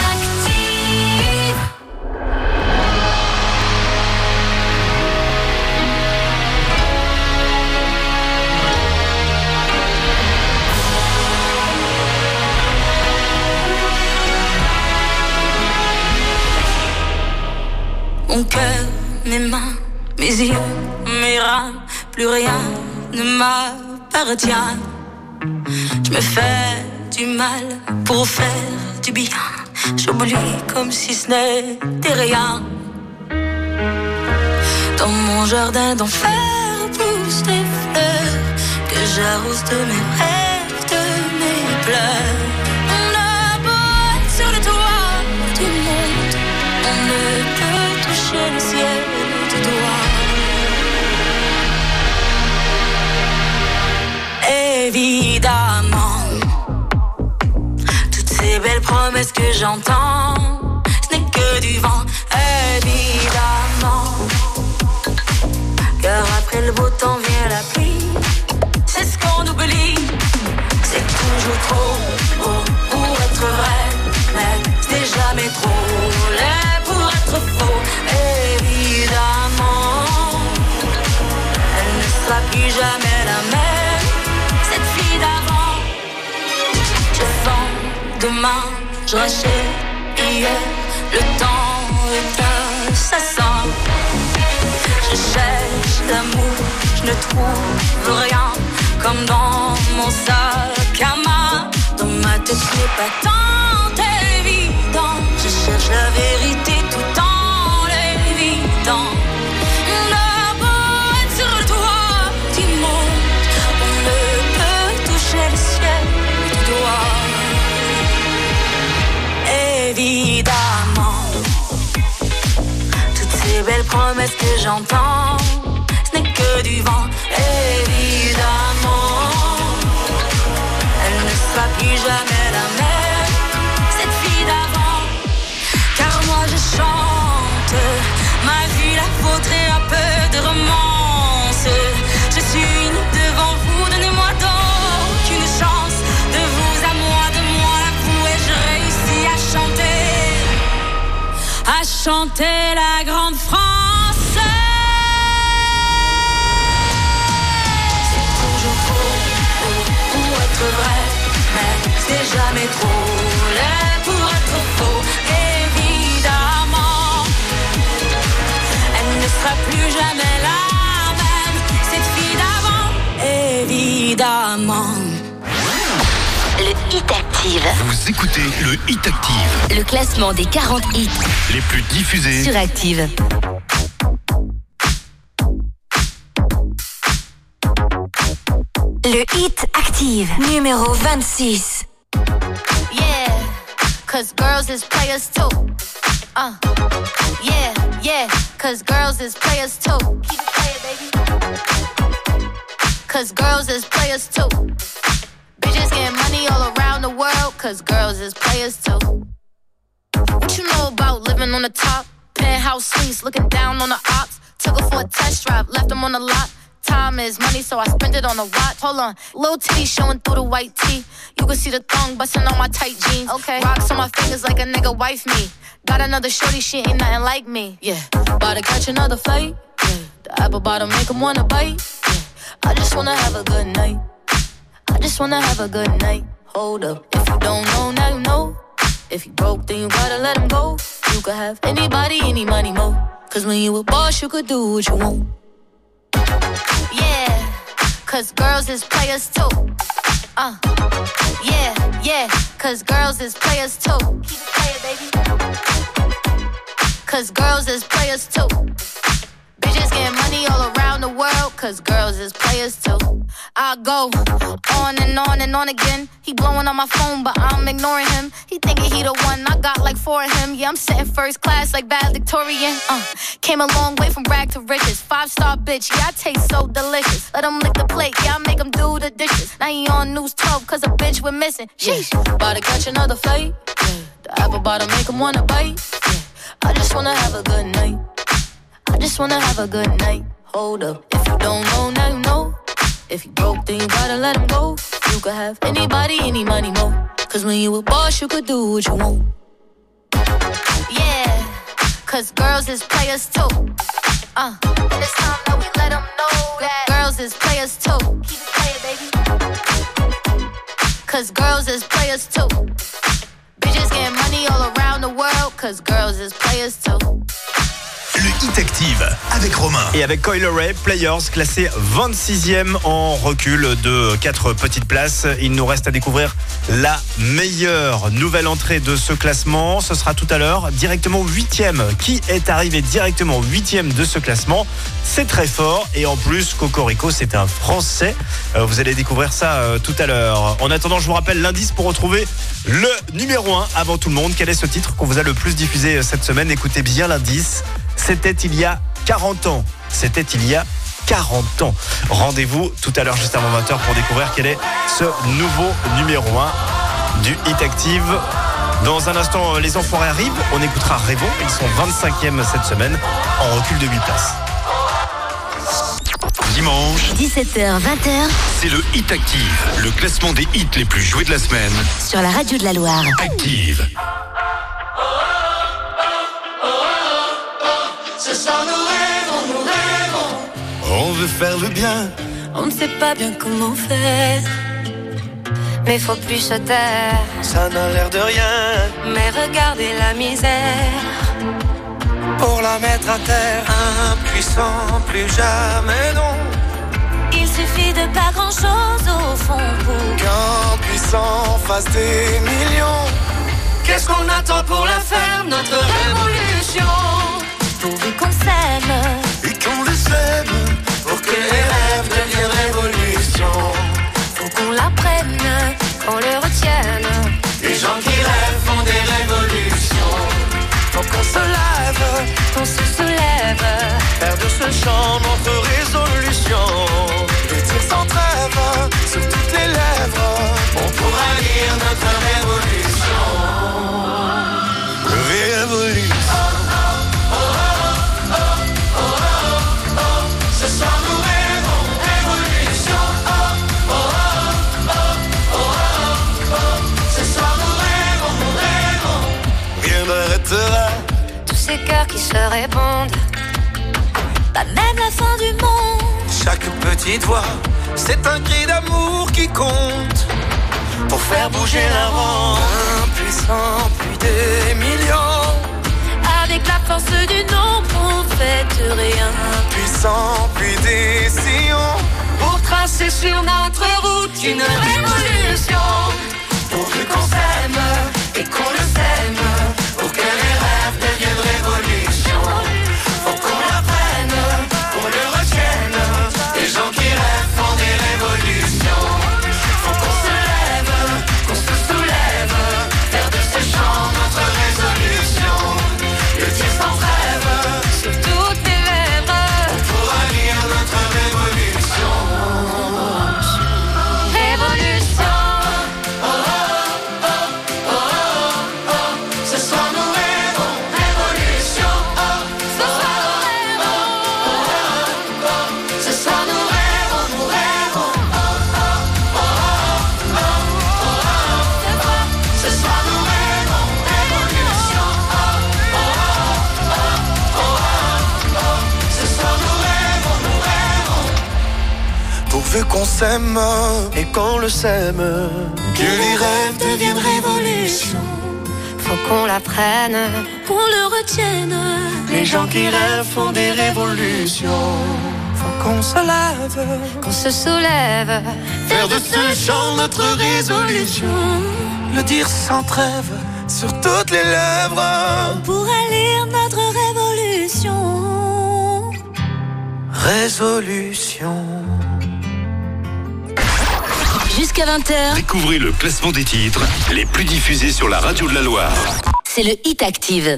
Mon cœur, mes mains, mes yeux, mes reins, plus rien ne m'appartient. Je me fais du mal pour faire du bien. J'oublie comme si ce n'était rien. Dans mon jardin d'enfer poussent des fleurs que j'arrose de mes rêves, de mes pleurs. On a beau être sur le toit du monde, on ne peut toucher le ciel du doigt. Évidemment, toutes ces belles promesses que j'entends, ce n'est que du vent. Évidemment, car après le beau temps vient la pluie. C'est ce qu'on oublie. C'est toujours trop beau pour être vrai, mais c'est jamais trop laid pour être faux. Évidemment, elle ne sera plus jamais la même, cette fille d'avant. Je vends demain, je rachète hier. Le temps est assassin. Je cherche l'amour, je ne trouve rien, comme dans mon sac à main. Dans ma tête ce n'est pas tant évident. Je cherche la vérité tout en l'évitant. On a beau être sur le toit du monde, on ne peut toucher le ciel du doigt. Évidemment, toutes ces belles promesses que j'entends, ce n'est que du vent. Évidemment, elle ne sera plus jamais la même, cette fille d'avant. Car moi je chante ma vie, la vôtre et un peu de romance. Je suis unie devant vous, donnez-moi donc une chance. De vous à moi, de moi à vous, et je réussis à chanter la grande France. Vrai, mais c'est jamais trop laid pour être faux. Évidemment, elle ne sera plus jamais la même, cette fille d'avant. Évidemment. Le Hit Active. Vous écoutez le Hit Active. Le classement des 40 hits Les plus diffusés sur Active. Le Hit Active, numéro 26. Yeah, cause girls is players too. Yeah, cause girls is players too. Keep it playing, baby. Cause girls is players too. Bitches getting money all around the world, cause girls is players too. What you know about living on the top? Penthouse suites, looking down on the ops. Took her for a test drive, left them on the lot. Time is money, so I spend it on a watch. Hold on, little titty showing through the white tee. You can see the thong busting on my tight jeans. Okay, rocks on my fingers like a nigga wife me. Got another shorty, she ain't nothing like me. Yeah, about to catch another flight. Yeah, the apple bottom make him wanna bite. Yeah, I just wanna have a good night. I just wanna have a good night. Hold up, if you don't know, now you know. If you broke, then you gotta let him go. You could have anybody, any money, mo. Cause when you a boss, you could do what you want. Yeah, cause girls is players too. Yeah, cause girls is players too. Keep it playing, baby. Cause girls is players too. Bitches getting money money all around the world, cause girls is players too. I go on and on and on again. He blowing on my phone, but I'm ignoring him. He thinking he the one, I got like 4 of him. Yeah, I'm sitting first class like valedictorian. Came a long way from rag to riches. 5-star bitch, yeah, I taste so delicious. Let him lick the plate, yeah, I make him do the dishes. Now he on news 12, cause a bitch we're missing. Sheesh, about to catch another flight. The apple bottom make him wanna bite. I just wanna have a good night. I just wanna have a good night. Hold up, if you don't know, now you know. If you broke, then you gotta let him go. You could have anybody, any money, more. Cause when you a boss, you could do what you want. Yeah, cause girls is players too. And it's time that we let them know that girls is players too. Keep it playing, baby. Cause girls is players too. Bitches getting money all around the world, cause girls is players too. Le Hit Active avec Romain. Et avec Coil Ray, Players, classé 26e en recul de 4 petites places. Il nous reste à découvrir la meilleure nouvelle entrée de ce classement. Ce sera tout à l'heure, directement 8e. Qui est arrivé directement 8e de ce classement? C'est très fort. Et en plus, Cocorico, c'est un Français. Vous allez découvrir ça tout à l'heure. En attendant, je vous rappelle l'indice pour retrouver le numéro 1 avant tout le monde. Quel est ce titre qu'on vous a le plus diffusé cette semaine? Écoutez bien l'indice. C'était il y a 40 ans. C'était il y a 40 ans. Rendez-vous tout à l'heure juste avant 20h pour découvrir quel est ce nouveau numéro 1 du Hit Active. Dans un instant, les Enfoirés arrivent. On écoutera Rêvons. Ils sont 25e cette semaine en recul de 8 places. Dimanche, 17h-20h, c'est le Hit Active, le classement des hits les plus joués de la semaine. sur la radio de la Loire. Active. Ce soir nous rêvons. On veut faire le bien. On ne sait pas bien comment faire, mais faut plus se taire. Ça n'a l'air de rien. Mais regardez la misère. Pour la mettre à terre, impuissant, plus jamais non. Il suffit de pas grand chose au fond pour Qu'un puissant fasse des millions. Qu'est-ce qu'on attend pour la faire, notre révolution? pourvu qu'on s'aime. Et qu'on le sème, pour que les rêves deviennent révolution. Faut qu'on l'apprenne, qu'on le retienne. Les gens qui rêvent font des révolutions. Faut qu'on se lève, Qu'on se soulève. faire de ce chant notre résolution. Les tirs sans trêve, sur toutes les lèvres. On pourra lire notre révolution. Révolution. Ce soir nous rêvons révolution. Ce soir nous rêvons. Rien n'arrêtera. Tous ces cœurs qui se répondent. Pas même la fin du monde. Chaque petite voix, c'est un cri d'amour qui compte. Pour faire bouger la ronde. Impuissant, plus des millions. Avec la force du nombre, on fait rien. Puissant, puis des sillons. Pour tracer sur notre route une révolution. Pourvu qu'on s'aime et qu'on le sème. Pour que les rêves deviennent révolution. Faut qu'on l'apprenne, qu'on le retienne. Les gens qui rêvent font des révolutions. Faut qu'on se lève, qu'on se soulève. Faire de ce chant notre résolution. Le tir sans trêve, Sur toutes les lèvres. on pourra lire notre révolution. Révolution. Ce soir nous rêvons révolution. Ce soir nous rêvons. Ce soir nous rêvons, nous rêvons. Ce soir nous rêvons révolution. Ce soir nous rêvons. Pourvu qu'on s'aime et qu'on le sème. Que les rêves deviennent révolution. Faut qu'on l'apprenne, qu'on le retienne. Les gens qui rêvent font des révolutions. Faut qu'on se lève. Qu'on se soulève. Faire de ce chant notre résolution. Le dire sans trêve sur toutes les lèvres. Pour lire notre révolution. résolution. Jusqu'à 20h, Découvrez le classement des titres les plus diffusés sur la radio de la Loire. c'est le Hit Active.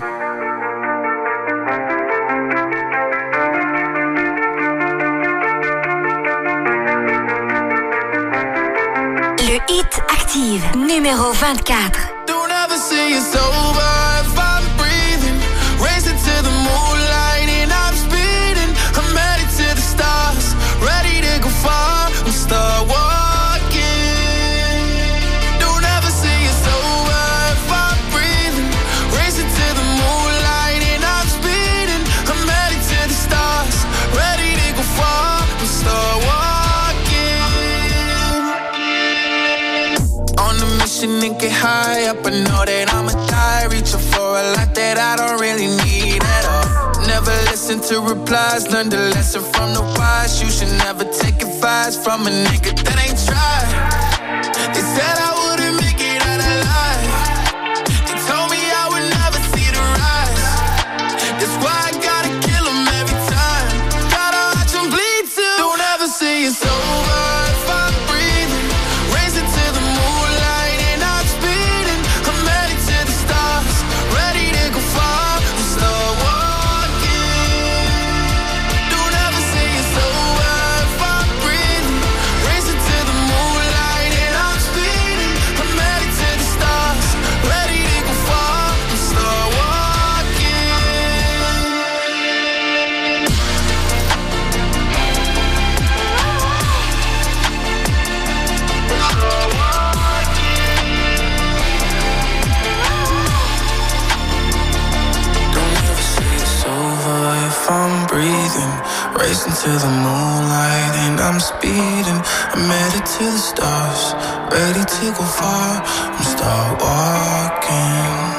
Le Hit Active, numéro 24. Don't ever say it's over if I'm breathing. Racing to the moonlight and I'm speeding. I'm headed to the stars, ready to go far. I'm start walking. Don't ever say it's over if I'm breathing. Racing to the moonlight and I'm speeding. I'm headed to the stars, ready to go far. I'm start walking. On a mission and get high up, I know that I'ma die. Reaching for a lot that I don't really need at all. Never listen to replies, learn the lesson from the wise. You should never take advice from a nigga that ain't tried. They said I wouldn't make it out alive. They told me I would never see the rise. That's why I gotta kill 'em every time. Gotta watch 'em bleed too. Don't ever say it's over if I'm breathing. Racing to the moonlight and I'm speeding. I'm headed to the stars, ready to go far. I'm start walking. Don't ever say it's over if I'm breathing. Racing to the moonlight and I'm speeding. I'm headed to the stars, ready to go far. I'm start walking. Don't ever say it's over if I'm breathing. Racing to the moonlight and I'm speeding. I'm headed to the stars, ready to go far. I'm start walking.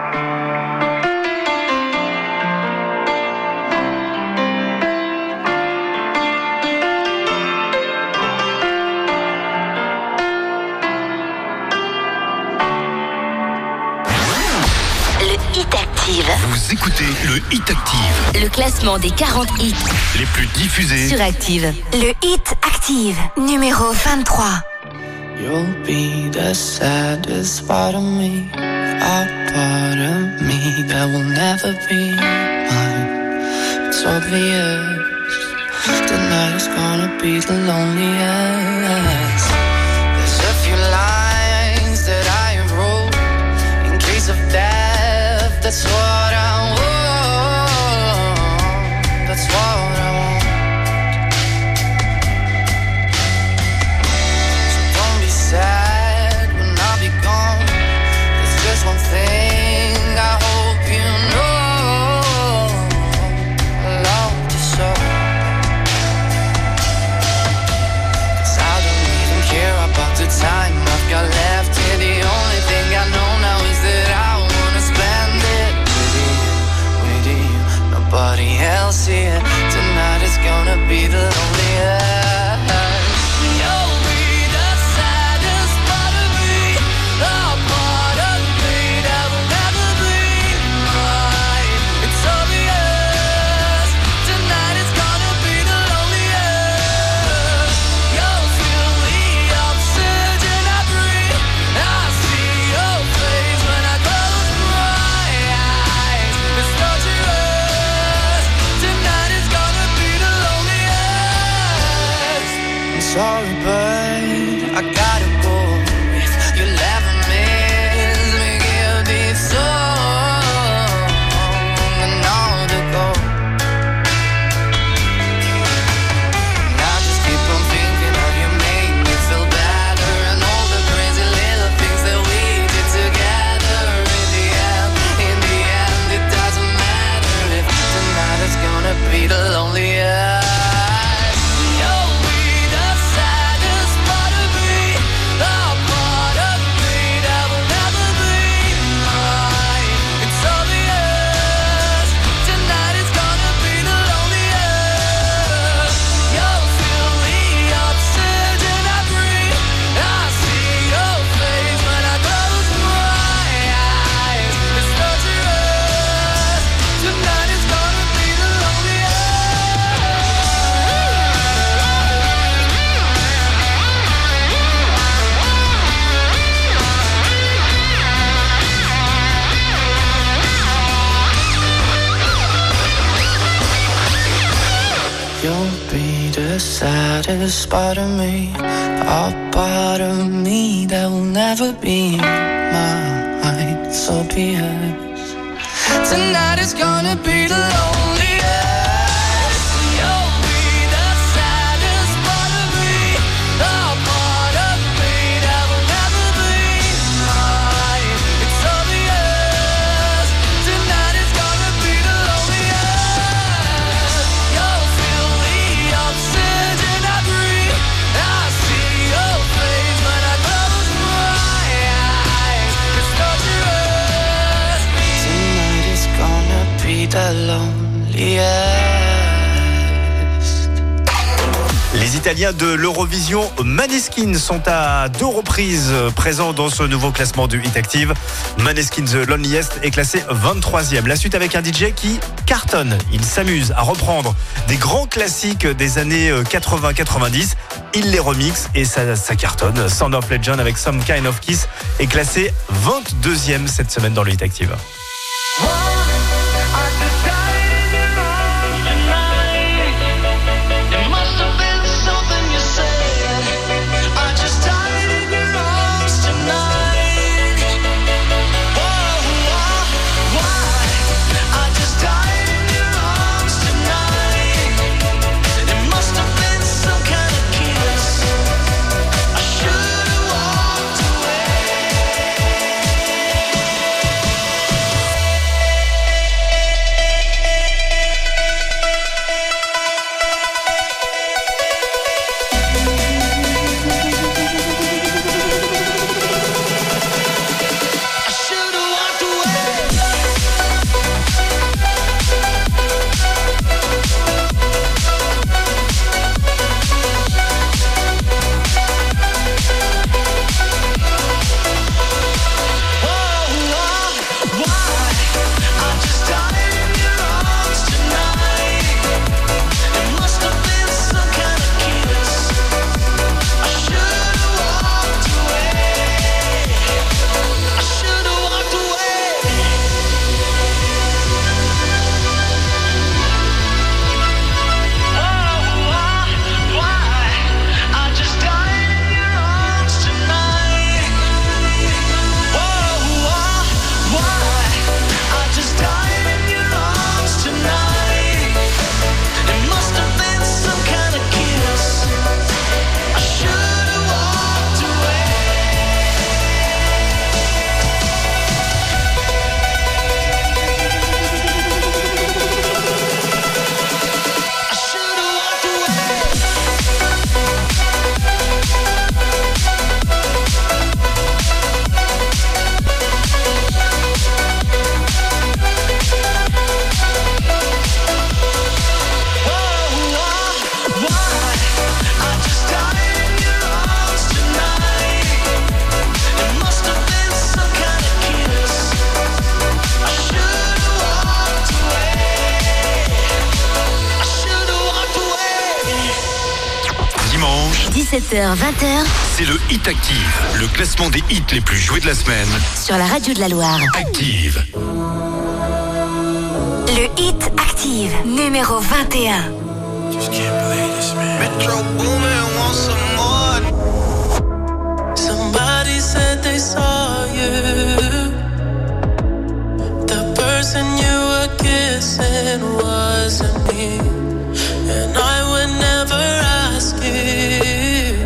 Le Hit Active, Vous écoutez le Hit Active, le classement des 40 hits les plus diffusés. sur Active. Le Hit Active, numéro 23. You'll be the saddest part of me, a part of me that will never be mine. It's obvious tonight is gonna be the loneliest. There's a few lines that I have wrote in case of death. That's what I want. That's what I want. Don't be sad when I'll be gone. There's just one thing I hope you know. I love you so. 'Cause I don't even care about the time I've got left here. The only thing I know now is that I wanna spend it with the saddest part of me, a part of me that will never be mine. So be it. Tonight is gonna be the loneliest. You'll be the saddest part of me, a part of me that will never be mine. It's obvious. Tonight is gonna be the loneliest. You'll feel the oxygen I breathe. I see your face when I close my eyes. It's torturous. Tonight is gonna be the loneliest. Les Italiens de l'Eurovision Maneskin sont à 2 reprises présents dans ce nouveau classement du Hit Active. Maneskin The Loneliest est classé 23e. La suite avec un DJ qui cartonne. Il s'amuse à reprendre des grands classiques des années 80-90. Il les remixe et ça cartonne. Sound of Legend avec Some Kind of Kiss est classé 22e cette semaine dans le Hit Active. Dimanche, 17h-20h, c'est le Hit Active, le classement des hits les plus joués de la semaine. sur la radio de la Loire. Active. Le Hit Active, numéro 21. Metro Boomin wants some more. Somebody said they saw you. The person you were kissing wasn't me. And I would never ask you.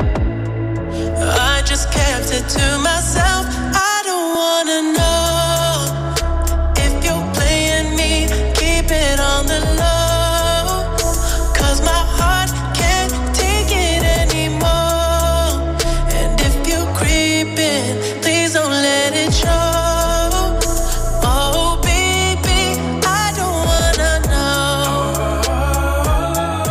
I just kept it to myself. I don't wanna know if you're playing me. Keep it on the low. 'Cause my heart can't take it anymore. And if you're creeping, please don't let it show. Oh baby, I don't wanna know.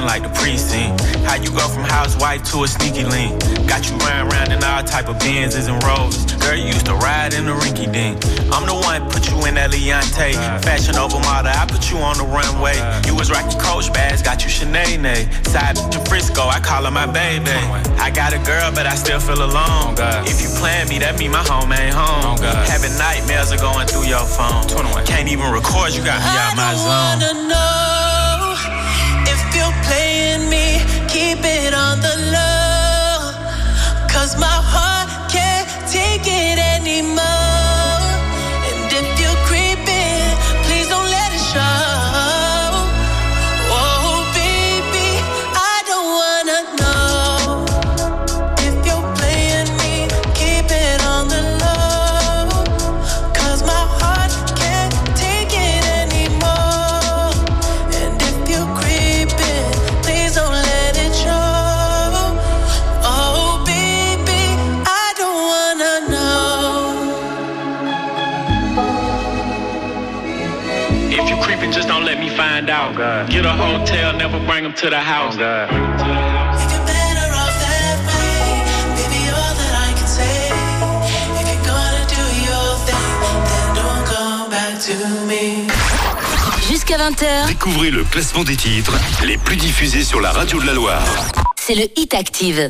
nothing like the precinct. How you go from housewife to a sneaky link. Got you running around in all type of Benzes and Rolls. Girl, you used to ride in the rinky dink. I'm the one put you in that Leontay. Fashion over model, I put you on the runway. You was rocking Coach bags, got you Sinead. Side to Frisco, I call her my baby. I got a girl, but I still feel alone. If you plan me, that mean my home ain't home. Having nightmares are going through your phone. Can't even record, you got me out my zone. I wanna know if you're playing me, keep it on the low. 'Cause my heart can't take it anymore. And if you're creeping, please don't let it show. Oh baby, I don't wanna know if you're playing me, keep it on the low. 'Cause my heart can't take it anymore. And if you're creeping, please don't let it show. Oh baby, I don't wanna know. If you creeping, just don't let me find out. Get a hotel, never bring them to the house. Think you're better off that way. Baby, all that I can say. If you're gonna do your thing, then don't come back to me. Jusqu'à 20h, Découvrez le classement des titres les plus diffusés sur la radio de la Loire. c'est le Hit Active.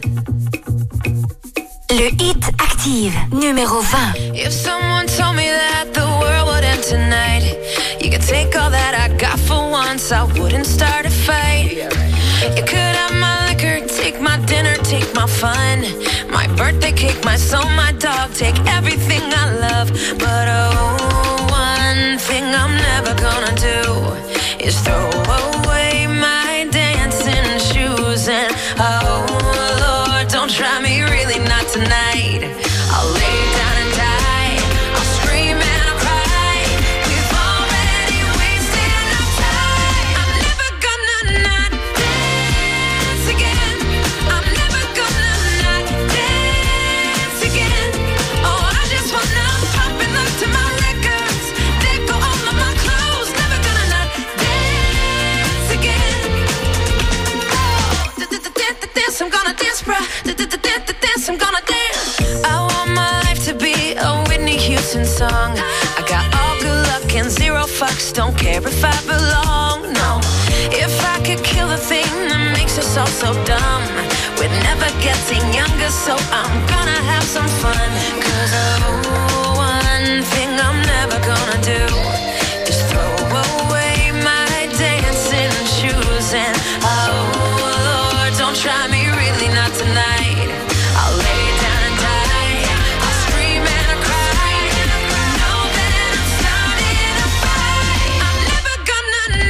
Le Hit Active, numéro 20. If someone told me that the world would end tonight, you could take all that I got for once, I wouldn't start a fight. You could have my liquor, take my dinner, take my fun, my birthday cake, my soul, my dog, take everything I love. But oh, one thing I'm never gonna do is throw away my dancing shoes. And oh Lord, don't try me, really not tonight. I'll lay down and die, I'll scream and I'll cry. We've already wasted enough time. I'm never gonna not dance again. I'm never gonna not dance again. Oh, I just wanna pop and look to my records. Let go all of my clothes. Never gonna not dance again. Oh, dance, I'm gonna dance, bruh. Dance, I'm gonna dance. I want my life to be a Whitney Houston song. I got all good luck and zero fucks. Don't care if I belong, no. If I could kill the thing that makes us all so dumb, we're never getting younger, so I'm gonna have some fun. 'Cause oh, one thing I'm never gonna do is throw away my dancing shoes. And oh Lord, don't try me, really not tonight. I'll lay down and die, I'll scream and I'll cry. Know that I'm starting a fight. I'm never gonna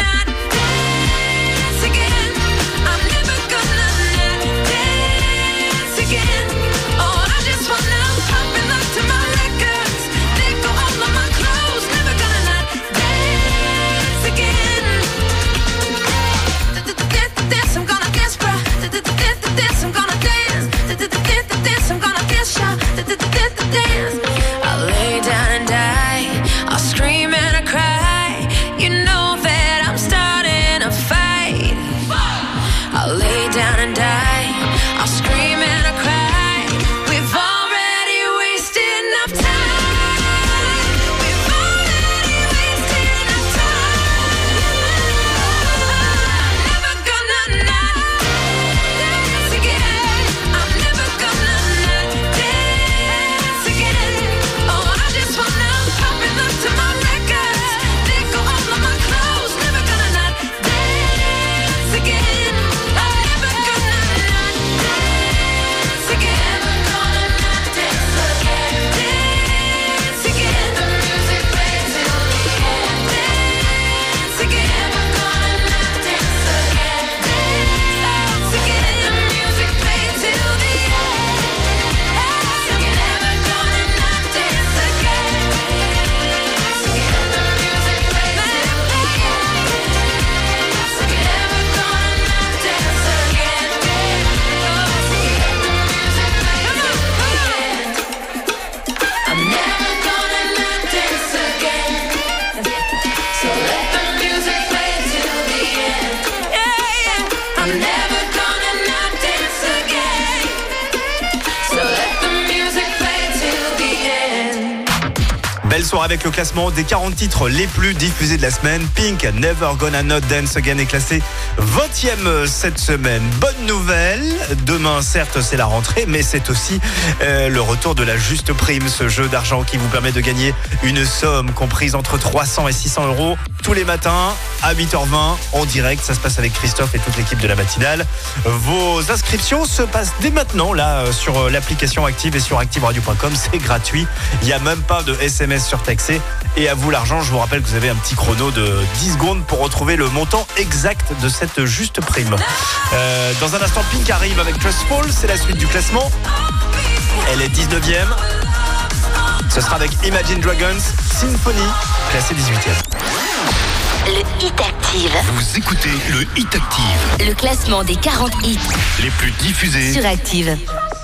soir avec le classement des 40 titres les plus diffusés de la semaine. Pink, Never Gonna Not Dance Again est classé 20e cette semaine. Bonne nouvelle, demain certes c'est la rentrée, mais c'est aussi le retour de la Juste Prime, ce jeu d'argent qui vous permet de gagner une somme comprise entre 300 et 600 euros tous les matins à 8h20 en direct. Ça se passe avec Christophe et toute l'équipe de la matinale. Vos inscriptions se passent dès maintenant là sur l'application Active et sur activeradio.com. C'est gratuit. Il n'y a même pas de SMS surtaxé. Et à vous l'argent, je vous rappelle que vous avez un petit chrono de 10 secondes pour retrouver le montant exact de cette Juste Prime. Dans un instant, Pink arrive avec Trustful. C'est la suite du classement. Elle est 19e. Ce sera avec Imagine Dragons, Symphony, classé 18e. Le Hit Active. Vous écoutez le Hit Active. Le classement des 40 hits Les plus diffusés sur Active.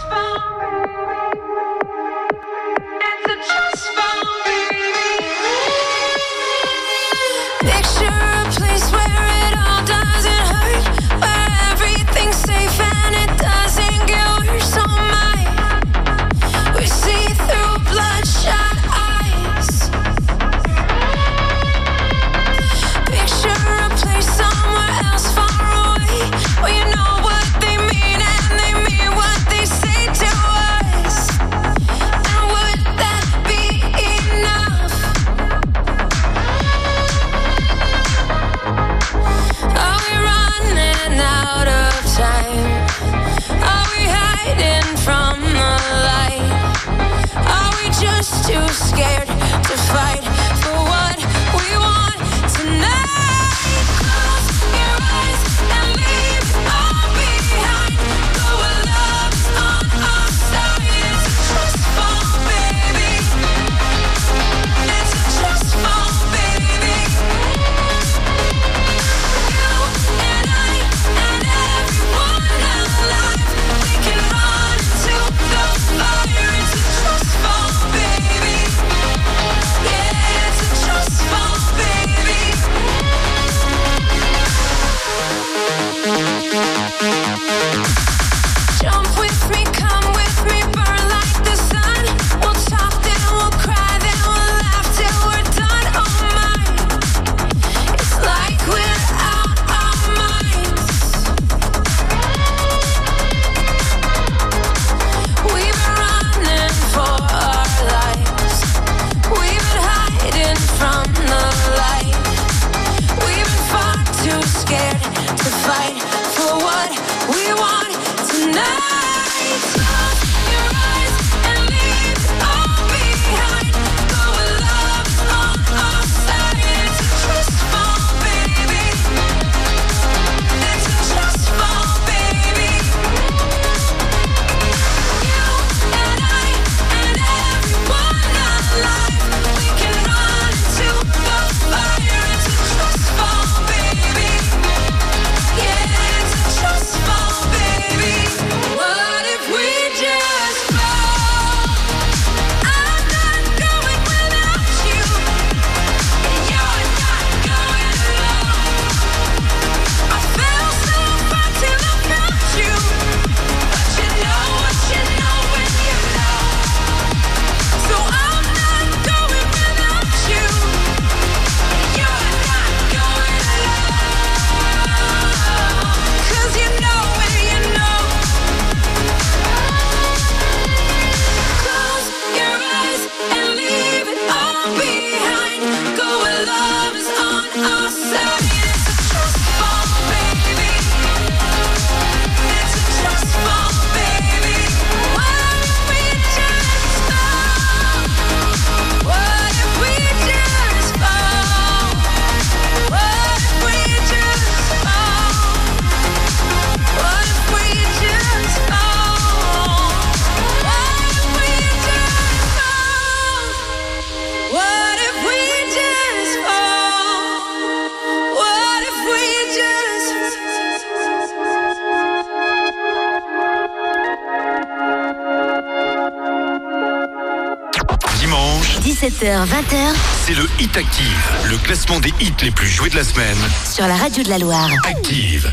Picture a place where it all doesn't hurt, where everything's safe and it doesn't get worse. Oh my, we see through bloodshot eyes. Picture a place somewhere else far away, where you know what they mean and they mean what they say to us. And would that be enough? Are we running out of time? Are we hiding from the light? Are we just too scared to fight for what we want tonight? Close your eyes and leave it all behind. Go where love's on our side. It's a trust fall, baby. It's a trust fall, baby. You and I and everyone alive, we can run into the fire. It's a trust fall, baby. Yeah, it's a trust fall, baby. Jump with me, come with me, burn like the sun. We'll talk, then we'll cry, then we'll laugh till we're done. Oh my, it's like we're out our minds. We've been running for our lives. We've been hiding from the light. We've been far too scared to fight for what we want tonight. Close your eyes and leave it all behind. Go where love's on our side. It's a trust fall, baby. It's a trust fall, baby. You and I and everyone alive, we can run into the fire. It's a trust fall, baby. Yeah, it's a trust fall, baby. What if we just fall? I'm not going without you, and you're not going alone. I fell so far till I found you, but you know what you know when you know. So I'm not going without you, and you're not going alone. 'Cause you know when you know. Close your eyes and leave it all behind. Go where love is on our side. It's a trust fall, baby. It's a trust fall, baby. What if we just fall? What if we just fall? What if we just fall? What if we just fall? What if we just fall? What if we just fall? What if we just Dimanche, 17h-20h c'est le Hit Active, le classement des hits les plus joués de la semaine. sur la radio de la Loire. Active.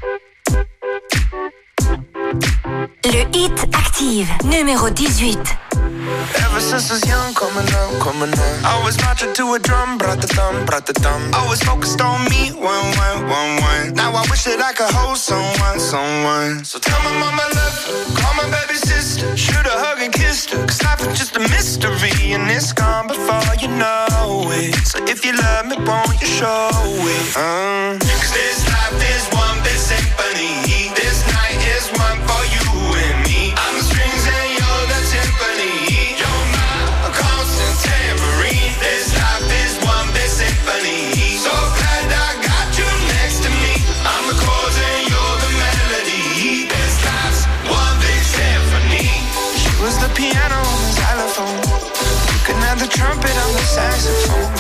Le Hit Active, numéro 18. Ever since I was young, coming up. Always marching to a drum, brat-a-thumb. Always focused on me, one. Now I wish that I could hold someone. So tell my mama I love her, call my baby sister, shoot a hug and kissed her. Cause life is just a mystery and it's gone before you know it. So if you love me, won't you show it? Cause this life is one big symphony. This night is one for you and me. I'm the strings and you're the timpani. You're my constant tambourine. This life is one big symphony. So glad I got you next to me. I'm the chords and you're the melody. This life's one big symphony. She was the piano on the xylophone. You can have the trumpet on the saxophone.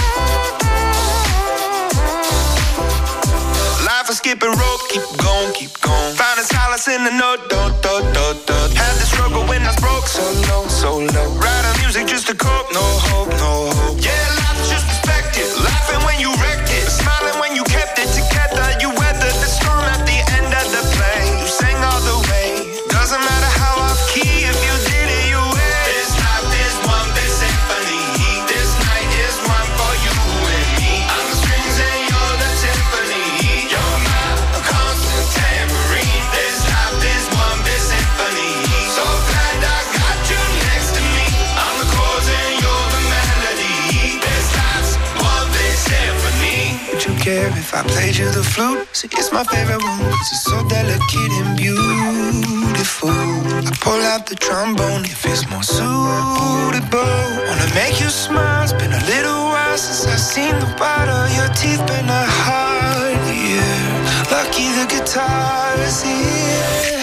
Life is skipping rope, keep going. Finding solace in the note, do. Had the struggle when I was broke, so low. Writing music just to cope, no hope. Yeah, life's just perspective. Laughing when you wrecked it, smiling when you kept it together. You weathered the storm at the end of the play. You sang all the way. Doesn't matter how off key, if you did it, you win. This life is one big symphony. This night is one for you and me. I'm the strings and you're the timpani. You're my constant tambourine. This life is one big symphony. So glad I got you next to me. I'm the chords and you're the melody. This life's one big symphony. Would you care if I played you the flute? See, it's my favorite one, 'cause it's so delicate and beautiful. I pull out the trombone if it's more suitable. Wanna make you smile, it's been a little while since I've seen the white of your teeth. Been a hard year, lucky the guitar is here.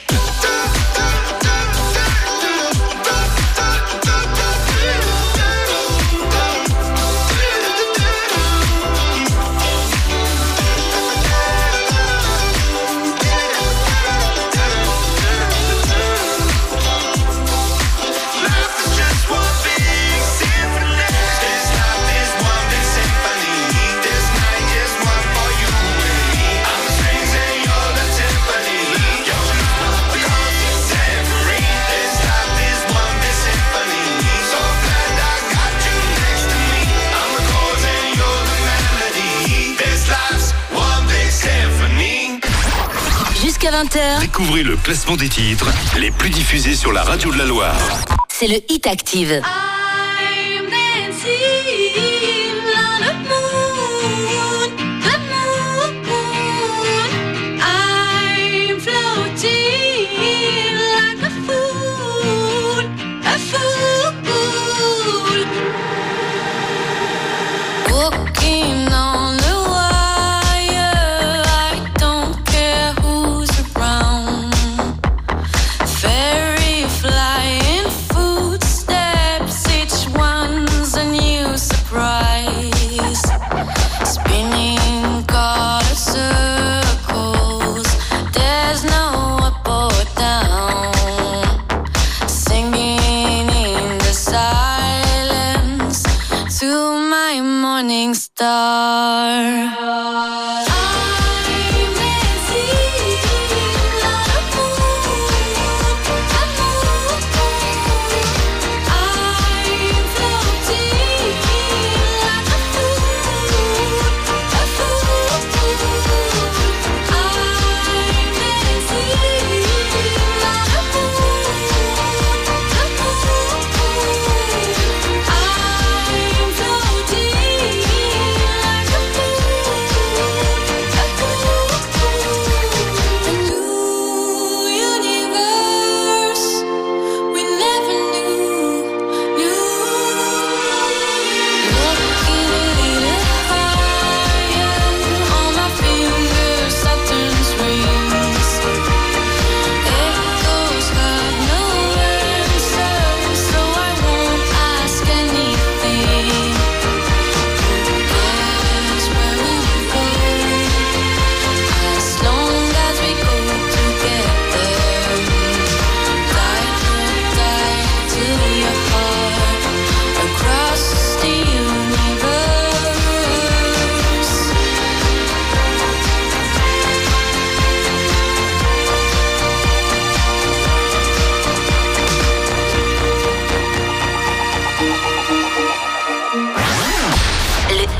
Jusqu'à 20h, Découvrez le classement des titres les plus diffusés sur la radio de la Loire. c'est le Hit Active. I'm dancing on the moon. I'm floating like a fool. Walking on the wire, I don't care who's around. Fairy flying footsteps, each one's a new surprise. Spinning quarter circles, there's no up or down. Singing in the silence to my morning star.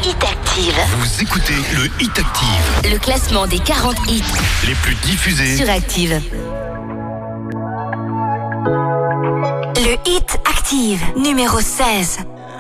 Hit Active. Vous écoutez le Hit Active. Le classement des 40 hits Les plus diffusés sur Active. Le Hit Active, numéro 16.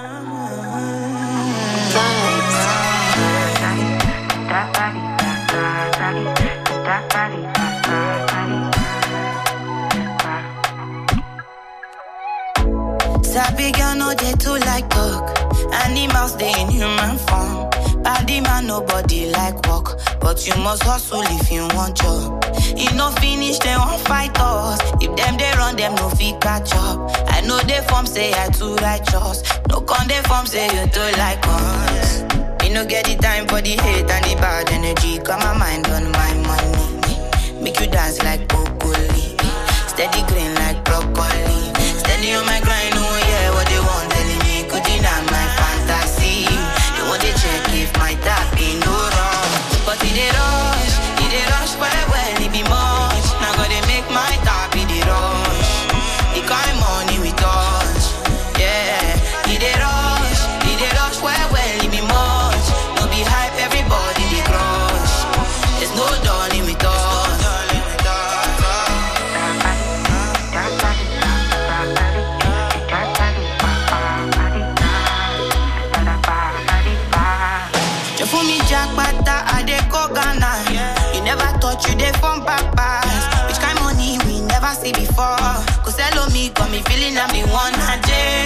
Sabi girl no dey too like talk. Animals dey in human form. Body man nobody like work, but you must hustle if you want job. E no finish dem wan fight us. If dem dey run dem no fit catch up. I know dey form say I too righteous. No con dey form say you too like us. Me no get the time for the hate and the bad energy. Got my mind on my money. Make you dance like broccoli. Steady green like broccoli. Steady on my grind, oh yeah, what they want telling me could deny my fantasy. They want to check if my tap ain't no wrong. But it dey rush, well, it be much. Now gotta make my tap in the rush. The kind money we touch, yeah. It dey rush, well, it be much. No be hype, everybody they crush. There's no darling with us. Jackpata, I dey go Ghana. You never thought you dey from papas. Which kind money we never see before. Cause hello me, got me feeling I'm the one. Ajay.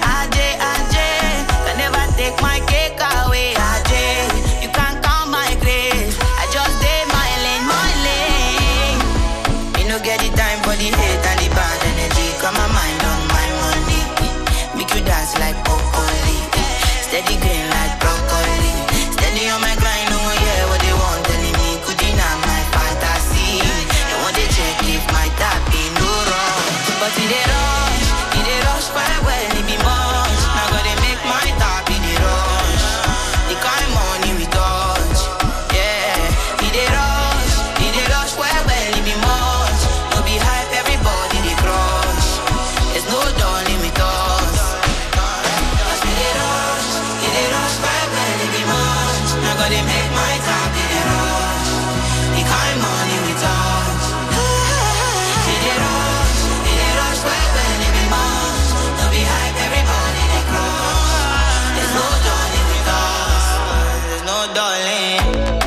Can never take my cake away. Ajay, you can't count my grace. I just dey my lane. Me no get the time for the hate and the bad energy. Got my mind on my money. Make you dance like broccoli. Steady green like broccoli. Steady on my grind, oh yeah, what they want telling me could deny my fantasy. They want to check if my tap ain't no wrong. But it dey rush, well, it be much. Now gotta make my tap in the rush. The kind money we touch, yeah. It dey rush, well, it be much. No be hype, everybody they crush. There's no darling with us. Cause it dey rush, well, it be much. Now gotta make my top in the rush. The kind money we touch. It dey rush, well, it be much. No be hype, everybody they crush. There's no darling with us. There's no darling.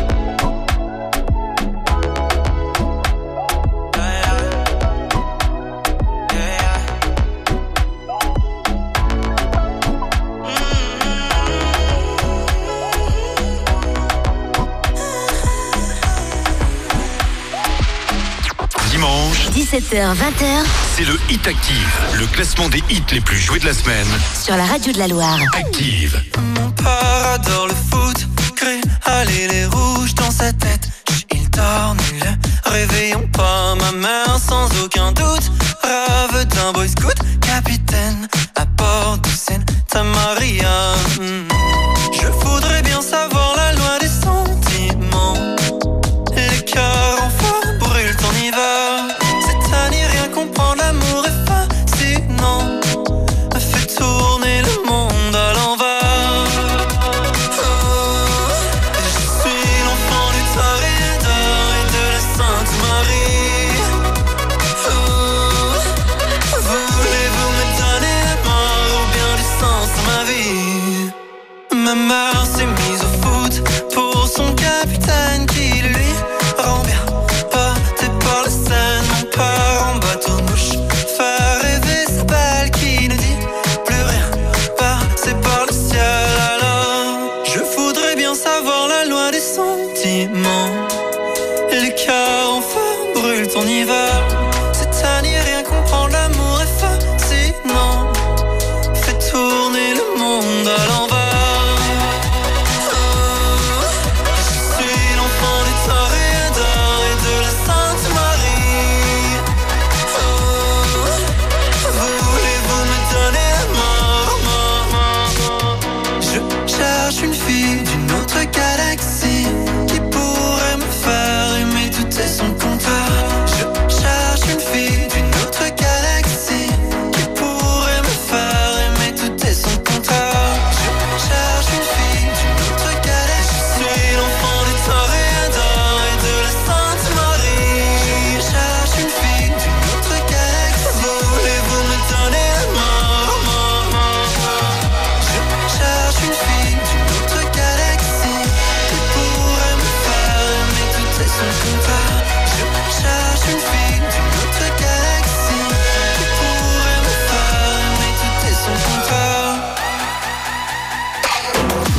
Dimanche, 17h-20h, c'est le Hit Active, le classement des hits les plus joués de la semaine. sur la radio de la Loire. Active. Mon père adore le foot, crée aller les rouges dans sa tête. Il dort, ne le réveillons pas. Ma mère sans aucun doute rêve d'un boy scout, capitaine à bord de Santa Maria. Je voudrais bien savoir la loi des sentiments. Les cœurs en feu brûlent en hiver. C'est à n'y rien comprendre, l'amour est fascinant. Fait tourner le monde à l'envers. Je suis l'enfant du Toréador et de la Sainte Marie. Voulez-vous me donner la mort ou bien du sens à ma vie? Ma mère s'est mise au foot pour son capitaine qui lui rend bien. Porté par la Seine, mon père en bateau mouche. Faire rêver sa balle qui ne dit plus rien. Passé par le ciel alors. Je voudrais bien savoir la loi des sentiments. Les cœurs en feu brûlent en hiver. C'est à n'y rien comprendre, l'amour est fascinant. Fait tourner le monde à l'envers.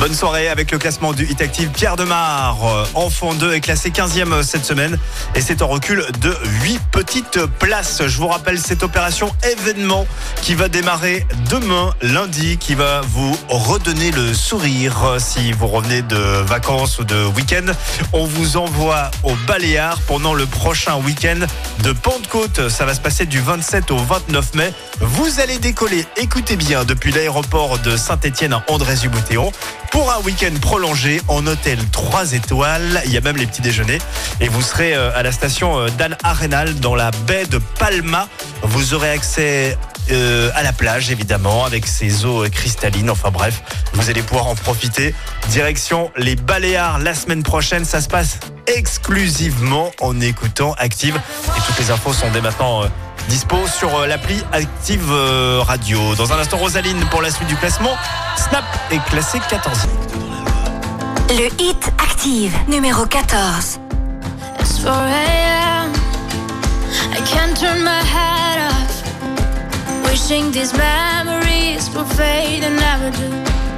Bonne soirée avec le classement du Hit Active. Pierre Demar, Enfant 2, est classé 15e cette semaine et c'est en recul de 8 petites places. Je vous rappelle cette opération événement qui va démarrer demain, lundi, qui va vous redonner le sourire si vous revenez de vacances ou de week-end. On vous envoie aux Baléares pendant le prochain week-end de Pentecôte. Ça va se passer du 27 au 29 mai. Vous allez décoller, écoutez bien, depuis l'aéroport de Saint-Étienne à André-Zuboutéon pour un week-end prolongé en hôtel 3 étoiles. Il y a même les petits déjeuners et vous serez à la station d'Anne Arenal dans la baie de Palma. Vous aurez accès à la plage évidemment avec ses eaux cristallines. Enfin bref, vous allez pouvoir en profiter. Direction les Baléares la semaine prochaine. Ça se passe exclusivement en écoutant Active et toutes les infos sont dès maintenant dispo sur l'appli Active Radio. Dans un instant, Rosaline pour la suite du classement. Snap est classé 14. Le Hit Active, numéro 14. It's 4 a.m. I can't turn my head off. Wishing these memories will fade and never do.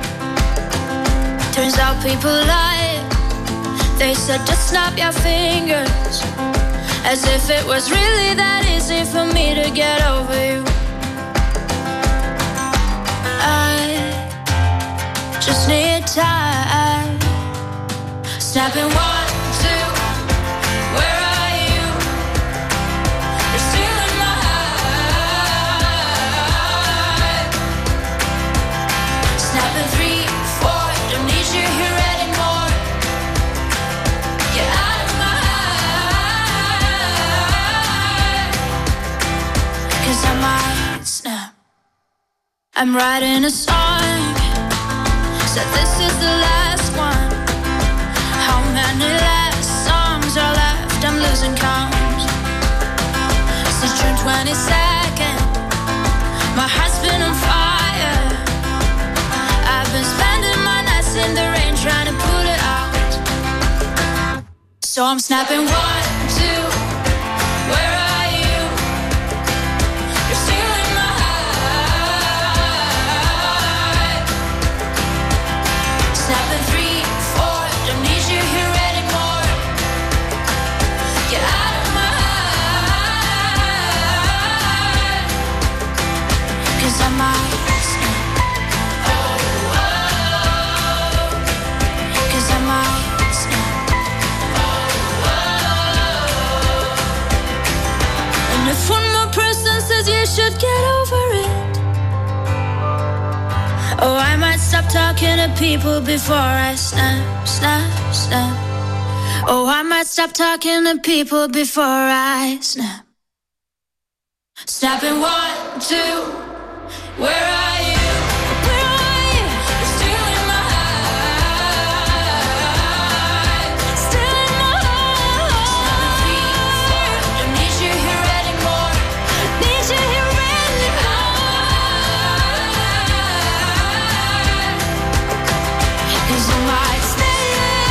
Turns out people lie. They said just snap your fingers. As if it was really that easy for me to get over you. I just need time. Snapping 1, 2, where are you? You're still in my heart. Snapping 3, 4, don't need you here anymore. Get out of my heart. 'Cause I might snap. I'm writing a song. Said this is the last one. How many last songs are left? I'm losing count. Since June 22nd, my heart's been on fire. I've been spending my nights in the rain trying to put it out. So I'm snapping 1, 2, where are you? You're still in my heart. Snapping 3, 4, don't need you here anymore. Get out of my heart. 'Cause I might snap. Oh, oh. 'Cause I might snap. Oh, oh. And if one more person says you should get over it, oh, I might stop talking to people before I snap, snap, snap. Oh, I might stop talking to people before I snap. Snapping 1, 2, where are you? Where are you? You're still in my heart. Still in my heart. Snapping 3, 4, don't need you here anymore. Need you here anymore. 'Cause I might stay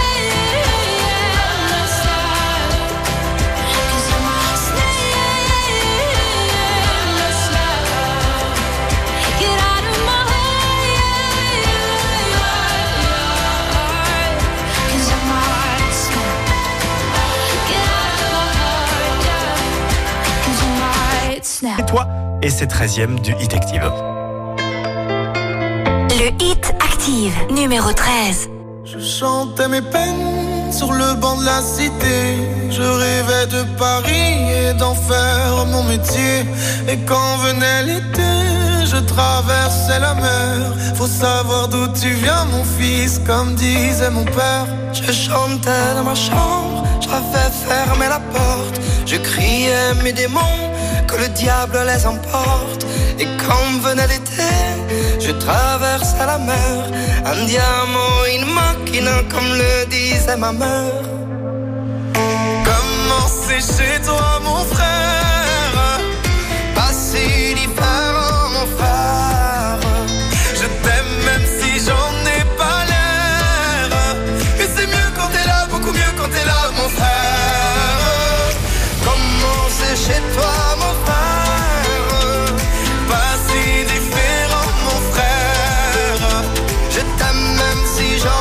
in the sun. 'Cause I might stay in the sun. Get out of my heart. 'Cause I might snap. Get out of my heart, yeah. 'Cause I might snap. Et toi, et c'est 13e du Hit Active. Le Hit Active, numéro 13. Je chantais mes peines sur le banc de la cité. Je rêvais de Paris et d'en faire mon métier. Et quand venait l'été, je traversais la mer. Faut savoir d'où tu viens, mon fils, comme disait mon père. Je chantais dans ma chambre, j'avais fermé la porte. Je criais mes démons, que le diable les emporte. Et quand venait l'été, je traversais la mer. Andiamo in macchina, comme le disait ma mère. Comment c'est chez toi, mon frère? Pas si différent, mon frère. Je t'aime même si j'en ai pas l'air. Mais c'est mieux quand t'es là, beaucoup mieux quand t'es là, mon frère. Comment c'est chez toi, mon frère? Pas si différent, mon frère. Je t'aime même si j'en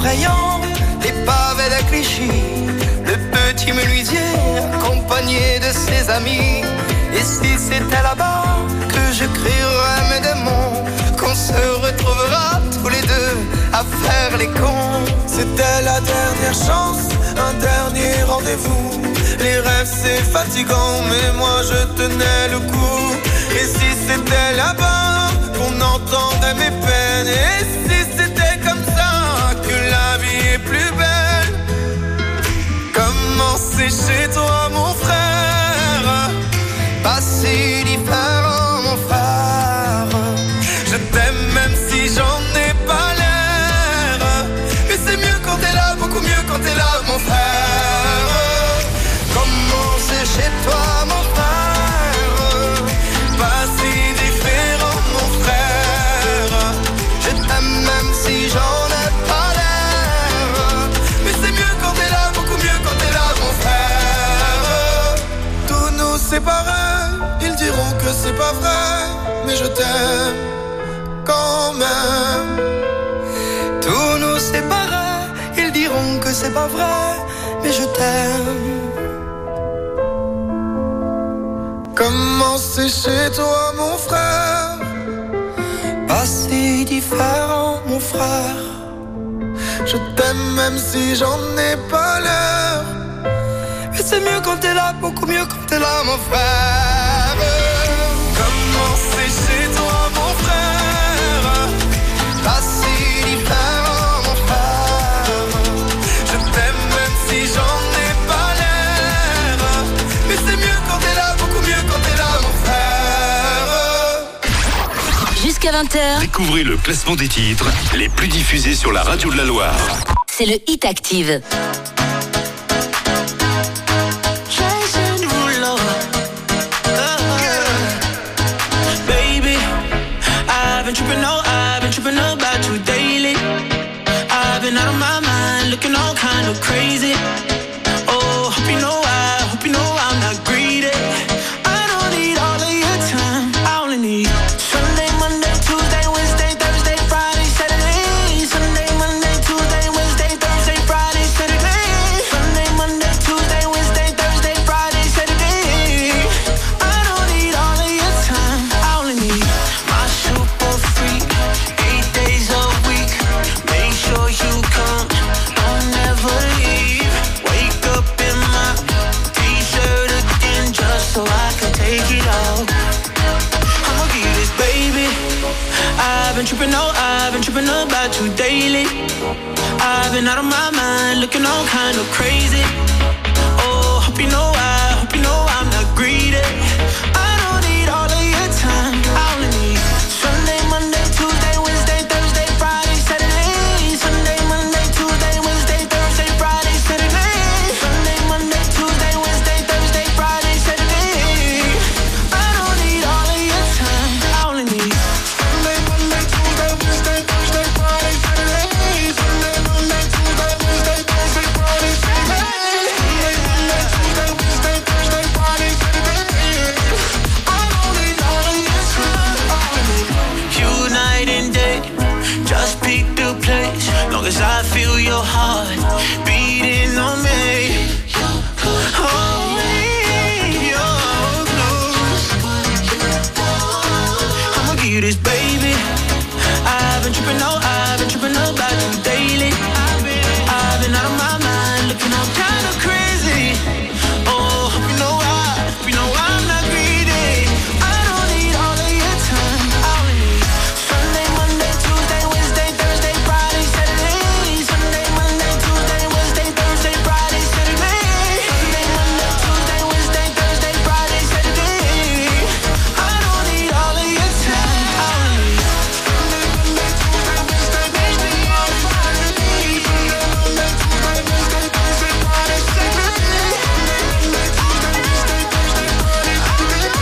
effrayant, les pavés de Clichy, le petit menuisier accompagné de ses amis. Et si c'était là-bas que je crierais mes démons, qu'on se retrouvera tous les deux à faire les cons. C'était la dernière chance, un dernier rendez-vous. Les rêves c'est fatigant, mais moi je tenais le coup. Et si c'était là-bas qu'on entendait mes peines, et si c'était comme ça que la vie est plus belle. Comment c'est chez toi mon frère, pas si différent mon frère. Je t'aime même si j'en ai pas l'air, mais c'est mieux quand t'es là, beaucoup mieux quand t'es là mon frère. Comment c'est chez toi mon frère, pas si différent mon frère. Je t'aime même si j'en ai pas l'air, mais c'est mieux quand t'es là, beaucoup mieux quand t'es là mon frère. Tous nous séparer, ils diront que c'est pas vrai, mais je t'aime quand même. Tous nous séparer, ils diront que c'est pas vrai, mais je t'aime. Comment c'est chez toi mon frère, pas si différent mon frère. Je t'aime même si j'en ai pas l'air, mais c'est mieux quand t'es là, beaucoup mieux quand t'es là mon frère. Comment c'est chez toi mon frère, pas si différent mon frère. Je t'aime même si j'en ai pas l'air, mais c'est mieux quand t'es là, beaucoup mieux quand t'es là mon frère. Jusqu'à 20h, Découvrez le classement des titres les plus diffusés sur la radio de la Loire. c'est le Hit Active. I've been tripping about you daily. I've been out of my mind, looking all kind of crazy. Oh, hope you know I'm not greedy. I don't need all of your time, I only need Sunday, Monday, Tuesday, Wednesday, Thursday, Friday, Saturday. Sunday, Monday, Tuesday, Wednesday, Thursday, Friday, Saturday. Sunday, Monday, Tuesday, Wednesday, Thursday, Friday, Saturday. I don't need all of your time, I only need my super freak, 8 days a week. Make sure you come, don't never leave. Wake up in my t-shirt again just so I can take it off. I'ma give you this, baby. I've been tripping about you daily. I've been out of my mind, looking all kind of crazy. Oh, hope you know I'm not greedy. I don't need all of your time, I only need Sunday, Monday, Tuesday, Wednesday, Thursday, Friday, Saturday. Sunday, Monday, Tuesday, Wednesday, Thursday, Friday, Saturday. Sunday, Monday, Tuesday, Wednesday, Thursday, Friday, Saturday. I don't need all of your time, I only need Sunday, Monday, Tuesday, Wednesday, Thursday, Friday, Saturday. Sunday, Monday, Tuesday, Wednesday, Thursday, Friday, Saturday. Sunday, Monday, Tuesday, Wednesday, Thursday, Friday, Saturday. I don't need all of your time, I only need you night and day. Just pick the place, long as I feel your heart beating on me. Hold me, your blues. I'ma give you this, baby. I've been tripping about you daily. I've been out of my mind, looking all kind of crazy. Oh, hope you know I'm not greedy. I don't need all of your time, I only need Sunday, Monday, Tuesday, Wednesday, Thursday, Friday, Saturday. Sunday, Monday, Tuesday, Wednesday, Thursday, Friday, Saturday. Sunday, Monday, Tuesday, Wednesday, Thursday, Friday, Saturday. I don't need all of your time, I only need Sunday, Monday, Tuesday, Wednesday, Thursday, Friday, Saturday. Sunday, Monday, Tuesday, Wednesday, Thursday, Friday, Saturday. Sunday, Monday, Tuesday, Wednesday, Thursday, Friday, Saturday.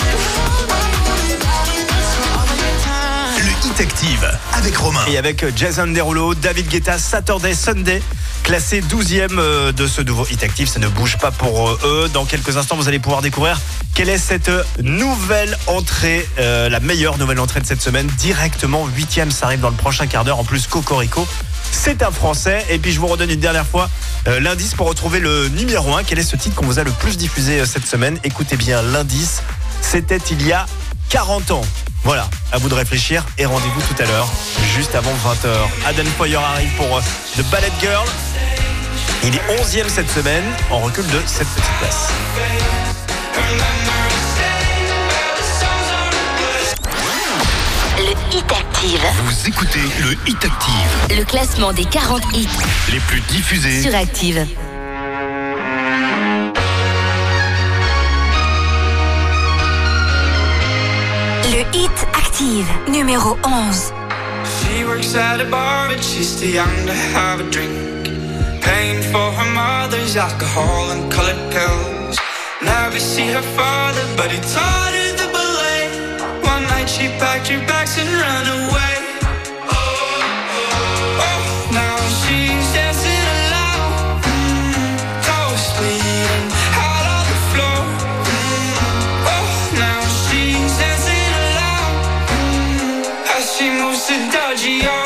Le Hit Active avec Romain. Et avec Jason Derulo, David Guetta, Saturday Sunday, classé 12e de ce nouveau Hit Active. Ça ne bouge pas pour eux. Dans quelques instants, vous allez pouvoir découvrir quelle est cette nouvelle entrée, la meilleure nouvelle entrée de cette semaine. Directement 8e, ça arrive dans le prochain quart d'heure. En plus, Cocorico C'est un Français. Et puis je vous redonne une dernière fois l'indice pour retrouver le numéro 1. Quel est ce titre qu'on vous a le plus diffusé cette semaine? Écoutez bien l'indice. C'était il y a 40 ans. Voilà, à vous de réfléchir et rendez-vous tout à l'heure, juste avant 20h. Adam Foyer arrive pour The Ballet Girl. Il est 11e cette semaine, en recul de cette petite place. Le Hit Active. Vous écoutez le Hit Active. Le classement des 40 hits Les plus diffusés sur Active. Le Hit Active, numéro 11. She works at a bar, but she's too young to have a drink. Paying for her mother's alcohol and colored pills. Never see her father, but he taught her the ballet. One night she packed her bags and ran away. Oh, now she's dancing alone, toes bleeding out on the floor. Oh, now she's dancing alone as she moves to Dodgy-O.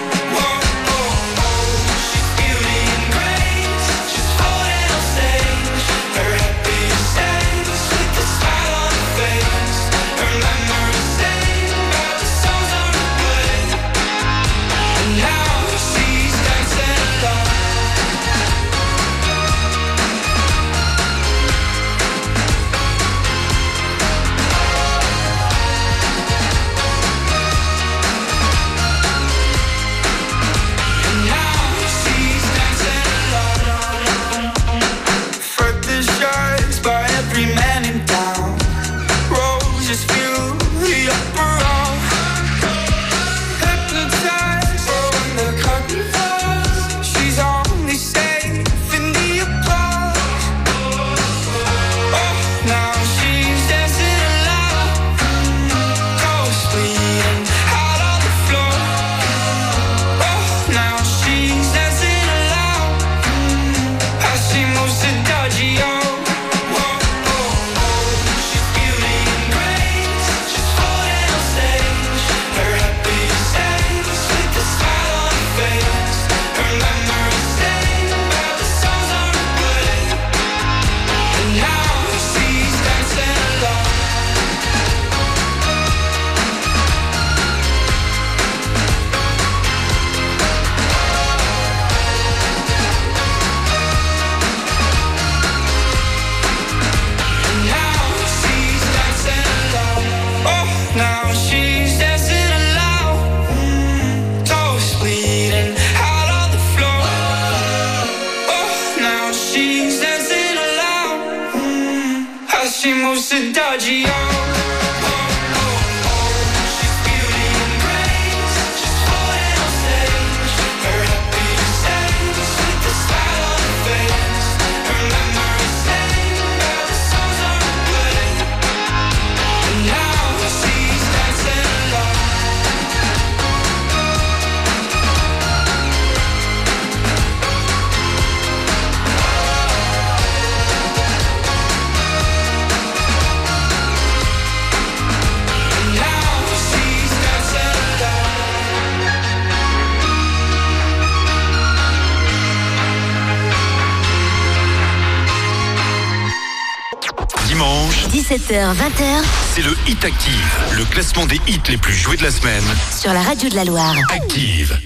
Dimanche, 17h-20h, c'est le Hit Active, le classement des hits les plus joués de la semaine. sur la radio de la Loire. Active.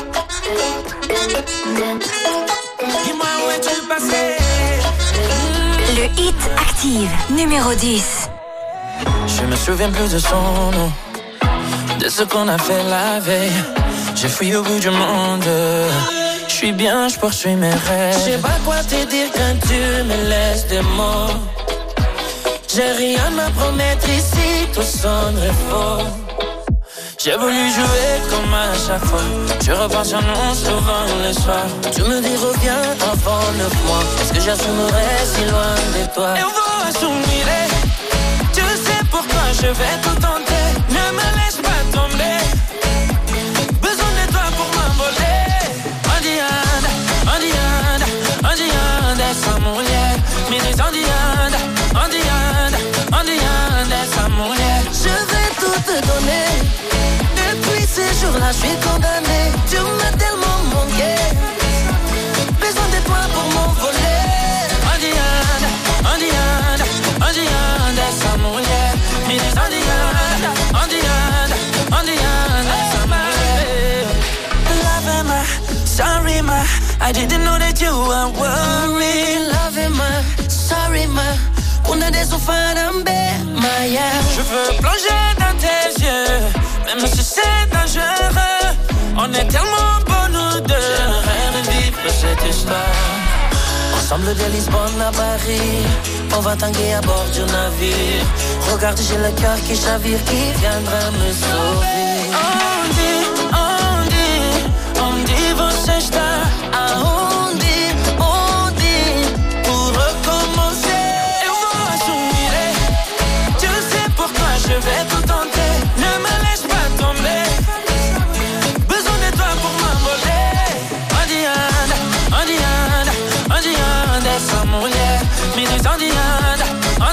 Dis-moi où es-tu passé? Le Hit Active, numéro 10. Je me souviens plus de son nom, de ce qu'on a fait la veille. J'ai fui au bout du monde. Je suis bien, je poursuis mes rêves. Je sais pas quoi te dire quand tu me laisses des mots. J'ai rien à promettre ici, tout sonnerait faux. J'ai voulu jouer comme à chaque fois. Je repense à nous souvent le soir. Tu me dis reviens avant 9 mois. Est-ce que j'assumerai si loin de toi? Et on va assumer. Tu sais pourquoi je vais tout tenter. Ne me laisse pas tomber. Besoin de toi pour m'envoler. Andianda, Andianda, Andianda, sans mon lien. Minute Andianda, Andianda, Andianda, sans mon lien. Je vais tout te donner. Depuis ces jours-là, je suis condamné. Tu m'as tellement manqué. I didn't know that you were worried. Loving ma, sorry ma, una de esos farambe, Maya. Je veux plonger dans tes yeux, même si c'est dangereux. On est tellement bons nous deux. J'aimerais revivre cette histoire. Ensemble de Lisbonne à Paris, on va tanguer à bord du navire. Regarde, j'ai le cœur qui chavire, qui viendra me sauver. On dit, você está aonde, pour recommencer. Eu vou assumir, tu sais pourquoi je vais tout tenter. Ne me laisse pas tomber, besoin de toi pour m'envoler. Andianda, essa mulher me diz Andianda,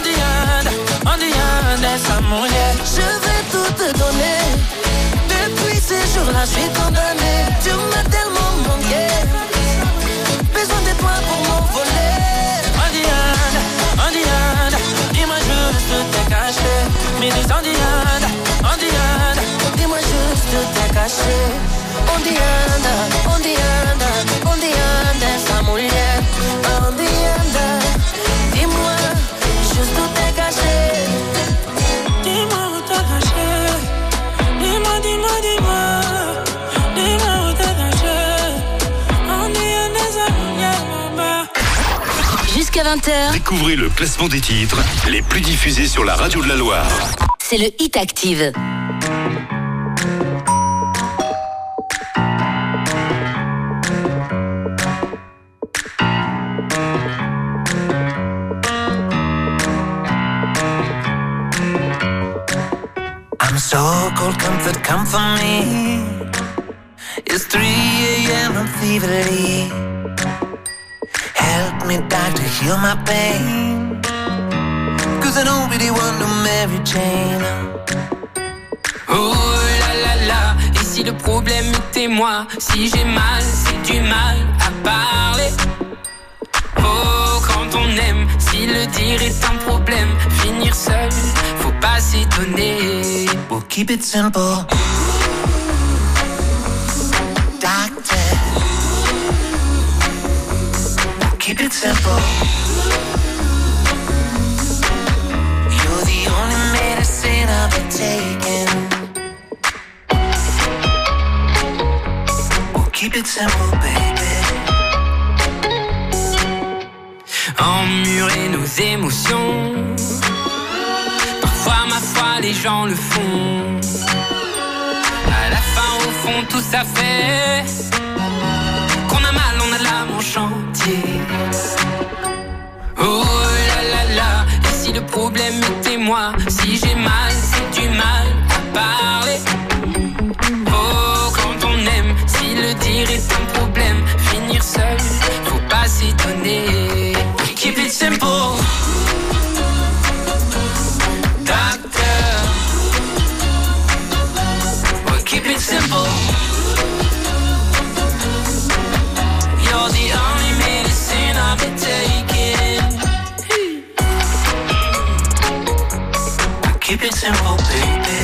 essa mulher. Je vais tout te donner, depuis ces jours-là je suis condamné. Tu m'as tellement manqué, besoin de toi pour m'envoler. Andianda, dis-moi juste t'es caché. Me diz Andianda, dis-moi juste t'es caché. Andianda, essa mulher. Andianda, dis-moi juste où t'es caché. Dis-moi où t'es caché. Dis-moi où t'es caché. Andianda, essa mulher. Jusqu'à 20h. Découvrez le classement des titres les plus diffusés sur la radio de la Loire. C'est le Hit Active. So cold, come for me. It's 3 a.m. I'm feverly. Help me, doctor, heal my pain. Cause I don't really want no Mary Jane. Oh là là là, et si le problème était moi? Si j'ai mal, c'est du mal à parler. Oh, quand on aime, si le dire est un problème, finir seul, faut pas s'étonner. We'll keep it simple. Doctor, we'll keep it simple. You're the only medicine I've been taking. We'll keep it simple, baby. Emmurer nos émotions, parfois ma foi les gens le font. À la fin au fond tout ça fait qu'on a mal, on a l'âme en chantier. Oh là là là, et si le problème était moi? Si j'ai mal, c'est du mal à parler. Oh, quand on aime, si le dire est un problème, finir seul, faut pas s'étonner. Keep it simple, doctor. We'll keep it simple. You're the only medicine I've been taking. We'll keep it simple, baby.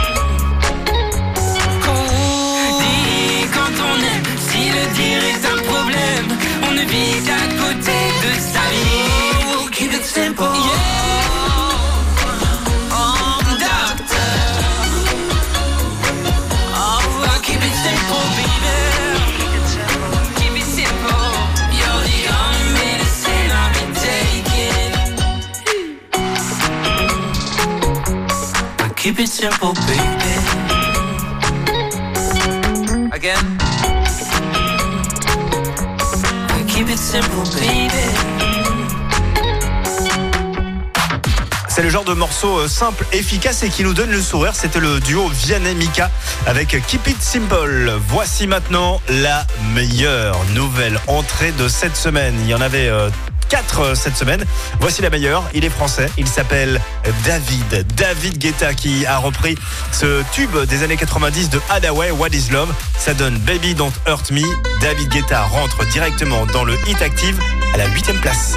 Dis quand on aime, si le dire est un problème, on ne vit qu'à côté de sa vie. Keep it simple. Yeah. Oh, doctor. Oh, keep it simple, baby. Keep it simple. You're the only medicine I've been taking. Keep it simple, baby. Again. Keep it simple, baby. C'est le genre de morceau simple, efficace et qui nous donne le sourire. C'était le duo Vianney-Mika avec Keep It Simple. Voici maintenant la meilleure nouvelle entrée de cette semaine. Il y en avait 4 cette semaine. Voici la meilleure. Il est français. Il s'appelle David Guetta, qui a repris ce tube des années 90 de Hadaway, What Is Love. Ça donne Baby Don't Hurt Me. David Guetta rentre directement dans le Hit Active à la 8e place.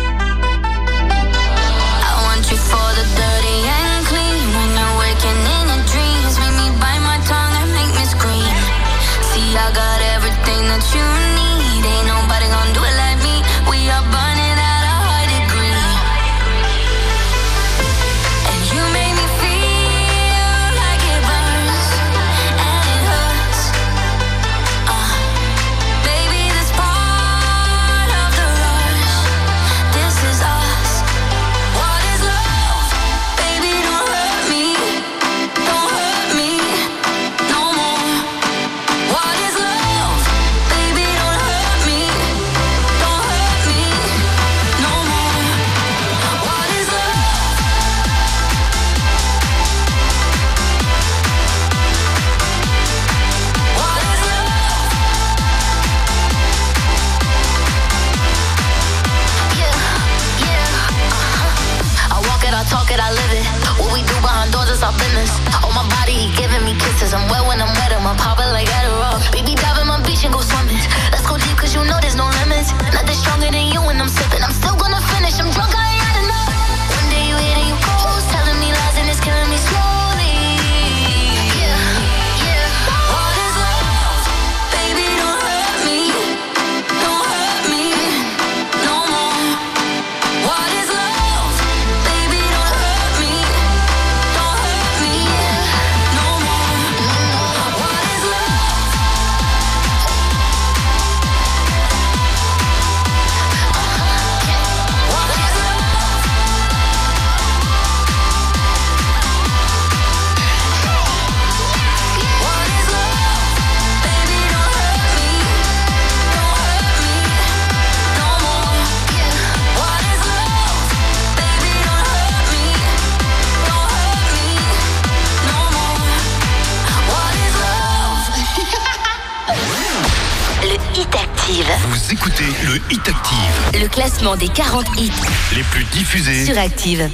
You for the dirty and clean. When you're waking in your dreams, make me bite my tongue and make me scream. See, I got everything that you need. Ain't nobody gonna fuck it, I live it. What we do behind doors is our business. On my body, he giving me kisses. I'm wet when I'm wet, I'm poppin' like Adderall. Baby, dive in my beach and go swimming. Let's go deep, cause you know there's no limits. Nothing stronger than you when I'm sipping. I'm still gonna finish, I'm drunk, I ain't had enough. One day you hit and you close, telling me lies and it's killing me slowly. Yeah, yeah. What is love? Baby, don't hurt me. Don't hurt me no more. What is love? Baby, don't hurt me. Don't hurt me no more. What is love? What is love? What is love? Baby, don't hurt me. Don't hurt me no more. What is love? Baby, don't hurt me. Don't hurt me no more. What is love? Le Hit Active. Vous écoutez le Hit Active, Le classement des 40 hits les plus diffusés. sur Active.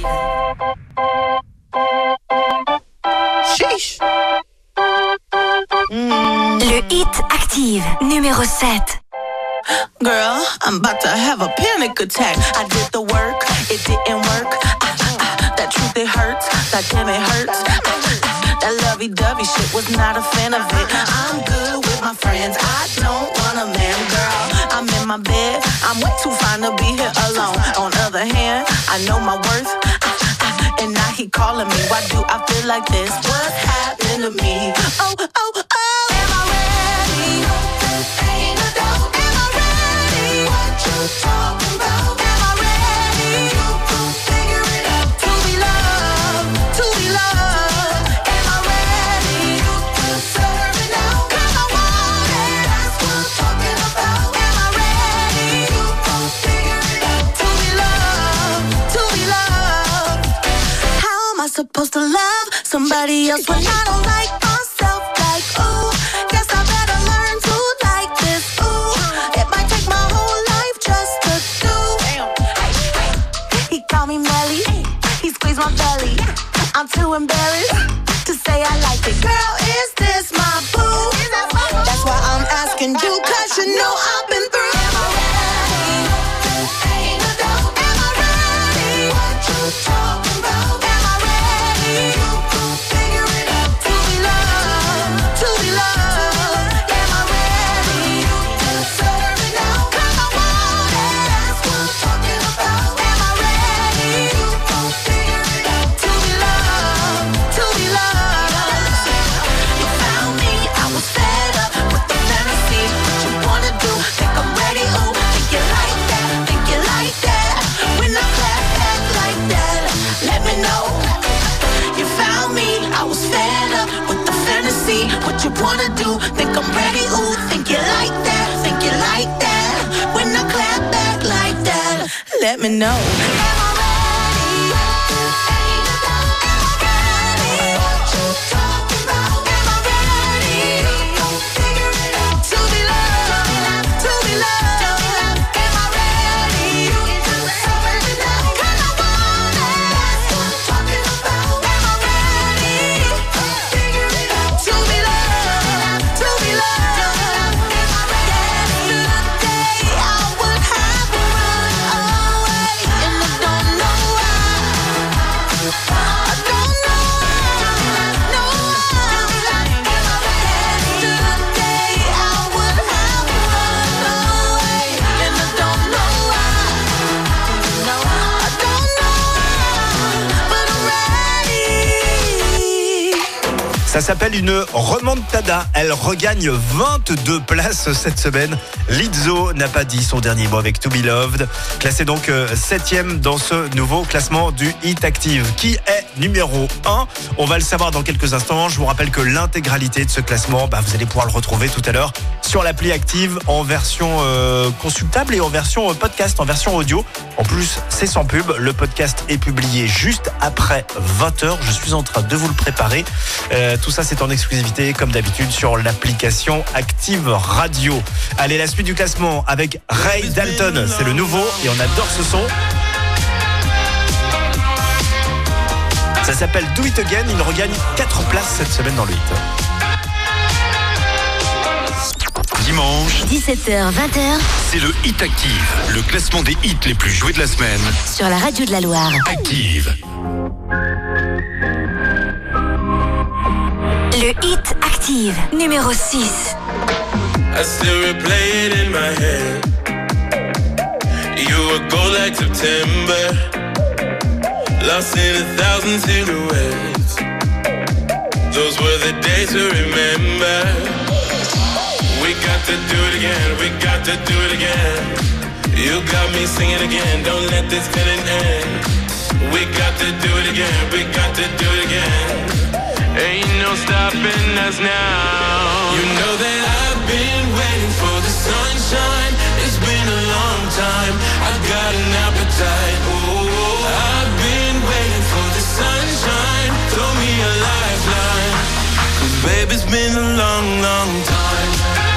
Sheesh. Le Hit Active, numéro 7. Girl, I'm about to have a panic attack. I did the work, it didn't work. That truth, it hurts. That damn, it hurts. That lovey-dovey shit was not a fan of it. I'm good with my friends. I don't want a man, girl. I'm in my bed. I'm way too fine to be here alone. On other hand, I know my worth. And now he calling me. Why do I feel like this? What's happening to me? Oh, oh, oh. Am I ready? Ain't no doubt. Am I ready? What you talking about? Am I ready? You gon' figure it out. To be loved, to be loved. Am I ready? You deserve it now. 'Cause I want it. That's what I'm talking about. Am I ready? You gon' figure it out. To be loved, to be loved. How am I supposed to love somebody else when I don't like myself? Like, ooh, guess I better learn to like this. Ooh, it might take my whole life just to do. He called me Melly, he squeezed my belly. I'm too embarrassed to say I like it. Girl, is this my boo? That's why I'm asking you, 'cause you know I've been through. Am I ready? Ain't no doubt. Am I ready? What you talking about? Am I ready? You gon' figure it out. To be loved, to be loved. Am I ready? You deserve it now. 'Cause I want it. That's what I'm talking about. Am I ready? You gon' figure it out. To be loved, to be loved. You found me, I was fed up with the fantasy. What you wanna do? Think I'm ready? Ooh, think you like that? Think you like that? When I clap back like that, let me know. You found me, I was fed up with the fantasy. What you wanna do? Think I'm ready? Ooh, think you like that? Think you like that? When I clap back like that, let me know. Am I ready? Ain't no doubt. Am I ready? What you talking about? Am I ready? Don't figure it out. To be loved, to be loved. Am I ready? You deserve it now. 'Cause I want it. That's what I'm talking about. Am I ready? Don't figure it out. To be loved, to be loved. Am I ready? Yesterday I would have run away, and I don't know why. I don't know why. No why. Am I ready? Yesterday I would have run away, and I don't know why. I don't know why, but I'm ready. Ça s'appelle une remontada. Elle regagne 22 places cette semaine. Lizzo n'a pas dit son dernier mot avec To Be Loved. Classé donc 7e dans ce nouveau classement du Hit Active. Qui est numéro 1 ? On va le savoir dans quelques instants. Je vous rappelle que l'intégralité de ce classement, vous allez pouvoir le retrouver tout à l'heure sur l'appli Active en version consultable et en version podcast, en version audio. En plus, c'est sans pub. Le podcast est publié juste après 20h. Je suis en train de vous le préparer. Tout ça, c'est en exclusivité, comme d'habitude, sur l'application Active Radio. Allez, la suite du classement avec Ray Dalton. C'est le nouveau et on adore ce son. Ça s'appelle Do It Again. Il regagne 4 places cette semaine dans le hit. Dimanche, 17h, 20h, c'est le Hit Active, le classement des hits les plus joués de la semaine. sur la radio de la Loire. Active. Le Hit Active, numéro 6. I still replay it in my head. You were gold like September, lost in 1,000 silhouettes. Those were the days to remember. We got to do it again, we got to do it again. You got me singing again, don't let this feeling end. We got to do it again, we got to do it again. Ain't no stopping us now. You know that I've been waiting for the sunshine. It's been a long time, I've got an appetite. Oh, I've been waiting for the sunshine. Throw me a lifeline, 'cause baby, it's been a long, long time.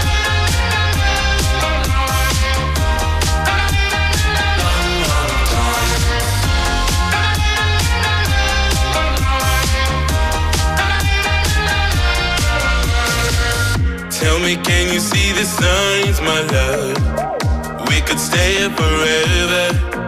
Tell me, can you see the signs, my love? We could stay here forever,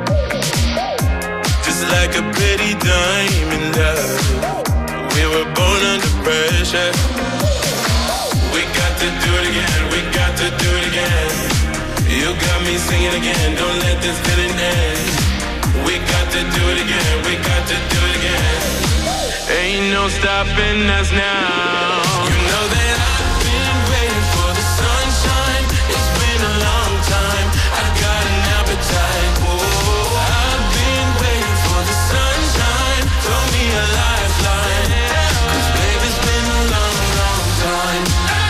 just like a pretty diamond, love. We were born under pressure. We got to do it again, we got to do it again. You got me singing again, don't let this feeling end. We got to do it again, we got to do it again. Ain't no stopping us now. You know that I've been waiting for the sunshine. It's been a long time, I've got an appetite. Oh, I've been waiting for the sunshine. Throw me a lifeline, 'cause baby, it's been a long, long time.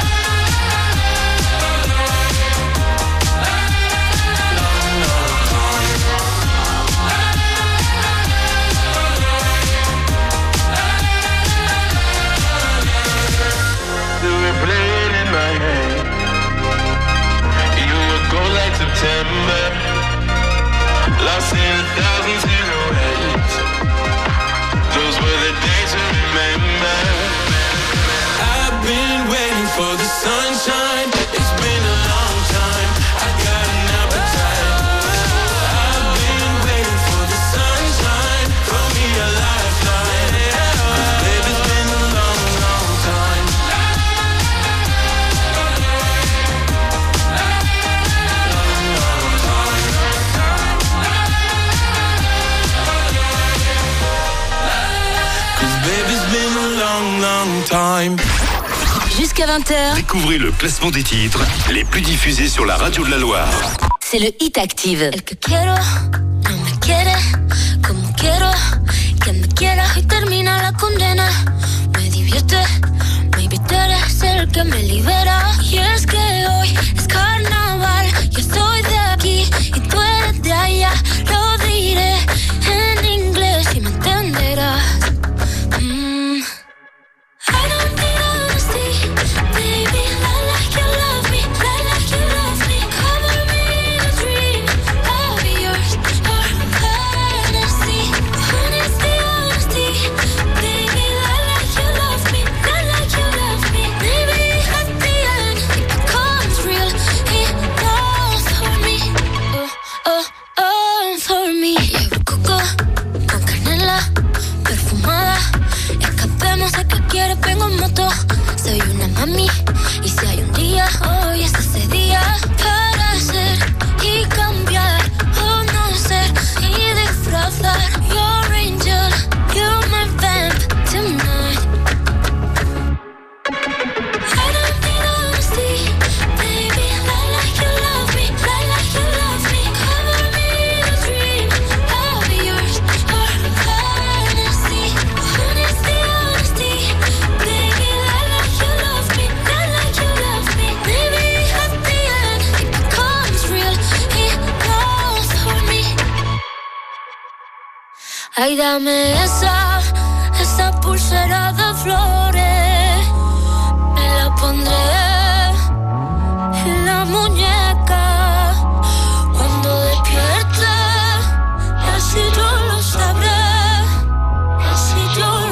Play it in my head. You would go like September, lost in 1,000 silhouettes. Those were the days to remember. I've been waiting for the sunshine. It's been a long time, I got an appetite. I've been waiting for the sunshine. Throw me a lifeline, 'cause baby, it's been a long, long time. Long time. Jusqu'à 20h, Découvrez le classement des titres les plus diffusés sur la radio de la Loire. c'est le Hit Active. El que quiero no me quiere como quiero que me quiera y termina la condena. Me divierte, maybe tú eres el que me libera. Y es que hoy es carnaval, yo soy de aquí y tú eres de allá. Lo diré en inglés y me entenderás. I don't need honesty, baby. Lie like you love me, lie like you love me. Cover me in a dream, I'll be yours, your fantasy. Honesty, honesty, baby. Lie like you love me, lie like you love me. Maybe at the end it becomes real. It knows for me, for me. Llevo coco con canela perfumada. Escapemos a que quieres, vengo en moto. Soy una mami y si hay un día, hoy es ese día para ser y cambiar o no ser y disfrazar. Your angel, you're my vamp tonight. I don't need honesty, baby. Lie like you love me, lie like you love me. Cover me in a dream, I'll be yours, your fantasy. Honesty, honesty, baby. Lie like you love me, lie like you love me. Maybe at the end it becomes real. It knows for me. Ay, dame esa pulsera de flores. Me la pondré en la muñeca cuando despierte. Así yo lo sabré, así yo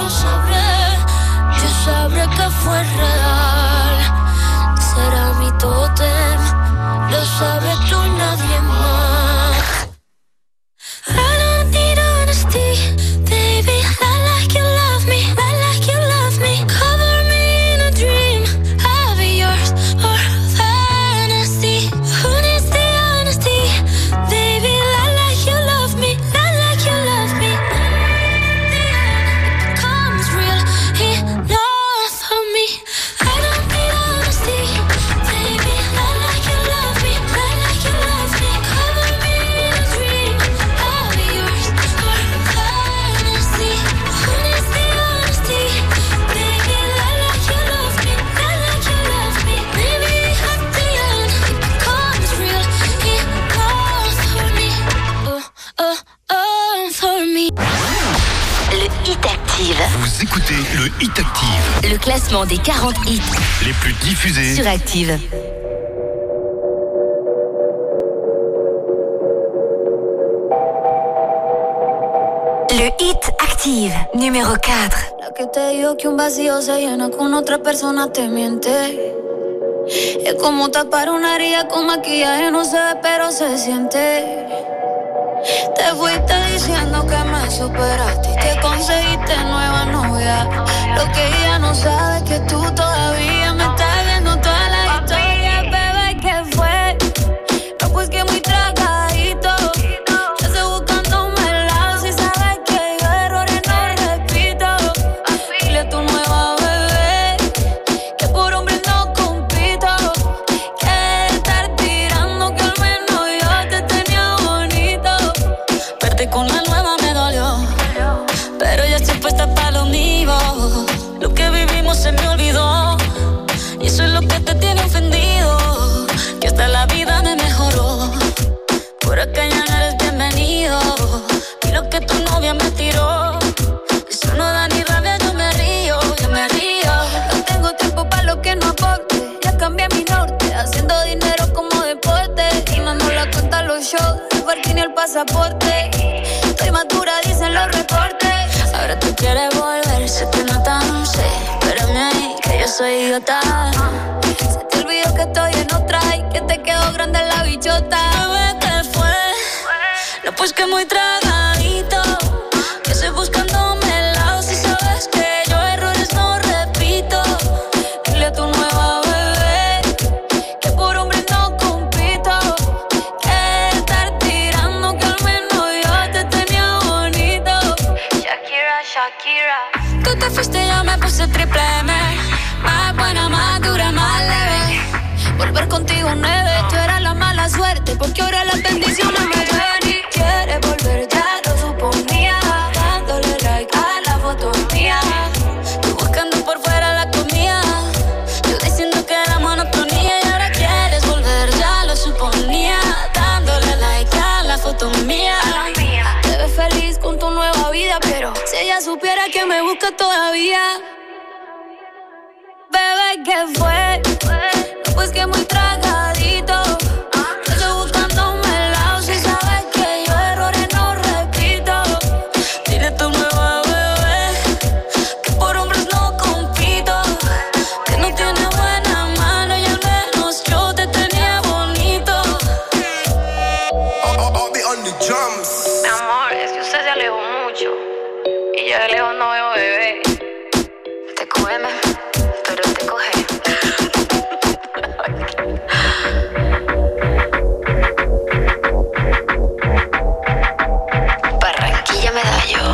fue real. Será mi tótem, lo sabes tú, nadie más. I don't need honesty, baby. I like you love me, I like you love me. Cover me in a dream, I'll be yours or fantasy. Who needs the honesty, baby? I like you love me, I like you love me. It becomes real enough for me. I don't need honesty, baby. I like you love me, I like you love me. Cover me in a dream, I'll be yours or fantasy. Who needs the honesty, baby? I like you love me, I like you love me. Maybe at the end it becomes real enough for me. For me. Le Hit Active. Vous écoutez le Hit Active. Le classement des 40 hits Les plus diffusés sur Active. Le Hit Active, numéro 4. La que te dijo que un vacío se llena con otra persona te miente. Es como tapar una herida con maquillaje, no se ve pero se siente. Te fuiste diciendo que me superaste y que conseguiste nueva novia. Lo que ella no sabe es que tú todavía me estás viendo toda la historia. Bebé, ¿qué fue? No, pues que muy tragadito. Yo estoy buscándome el lado. Si sabes que yo errores no repito. Dile a tu nueva bebé que por hombre no compito. Que estar tirando que al menos yo te tenía bonito. Verte con la nueva me dolió, pero ya estoy puesta para lo mío. Lo que vivimos se me olvidó y eso es lo que te tiene ofendido. Que hasta la vida me mejoró. Por acá ya no eres bienvenido. Y lo que tu novia me tiró, eso no da ni rabia, yo me río, yo me río. No tengo tiempo para lo que no aporte. Ya cambié mi norte, haciendo dinero como deporte. Y no nos la cuentan los shows, el parking y el pasaporte. Estoy madura, dicen los reportes. Ahora tú quieres volver, se te nota, no sé. Espérame ahí, que yo soy idiota. Se te olvidó que estoy en otra y que te quedó grande la bichota. Bebé, ¿qué fue? No, pues que muy tragadito. Que estoy buscándome el lado. Si sabes que yo errores no repito. Dile a tu nueva bebé que por hombre no compito. Que estar tirando que al menos yo te tenía bonito. Shakira, Shakira. Tú te fuiste, yo me puse triple M. Más buena, más dura, más leve. Volver contigo nueve. Tú eras la mala suerte porque ahora las bendiciones me llueven. Y quieres volver, ya lo suponía. Dándole like a la foto mía. Tú buscando por fuera la comida. Yo diciendo que era monotonía. Y ahora quieres volver, ya lo suponía. Dándole like a la foto mía. Te ves feliz con tu nueva vida, pero si ella supiera que me busca todavía. Bebé, ¿qué fue? No, pues que muy tragadito. Yo estoy buscándome el lado. Si sabes que yo errores no repito. Dile a tu nueva bebé que por hombres no compito. Que no tiene buena mano y al menos yo te tenía bonito. I'll be on the drums. Mi amor, es que usted se alejó mucho y yo de lejos no veo bebé. Te cógeme, pero te coge. Barranquilla Medallo.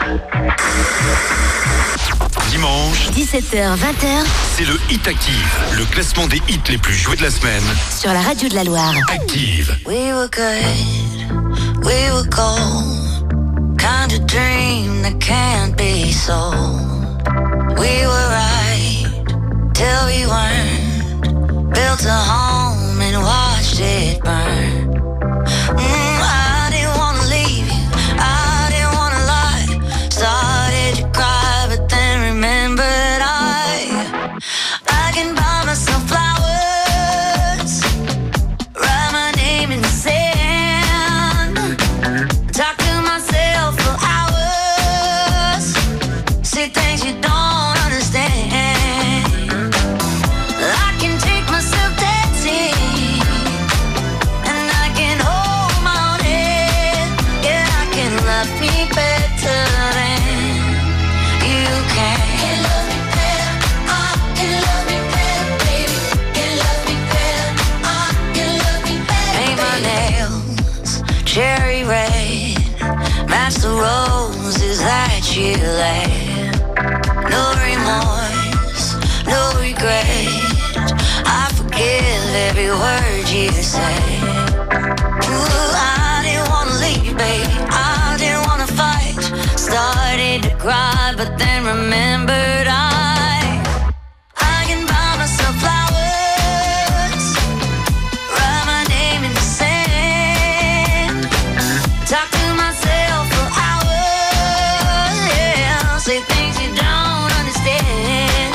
Dimanche, 17h, 20h c'est le Hit Active, le classement des hits les plus joués de la semaine. sur la radio de la Loire. Active. We were good, we were gold. Kind of dream that can't be sold. We were right till we weren't. Built a home and watched it burn. I didn't wanna leave you, I didn't wanna lie. Started to cry, but then remembered I can buy myself flowers, write my name in the sand, talk to myself for hours, say things you don't understand. you lay. No remorse, no regret. I forgive every word you say. Ooh, I didn't wanna leave, baby. I didn't wanna fight. Started to cry, but then remembered I can buy myself flowers, write my name in the sand, talk to myself for hours, yeah, say things you don't understand.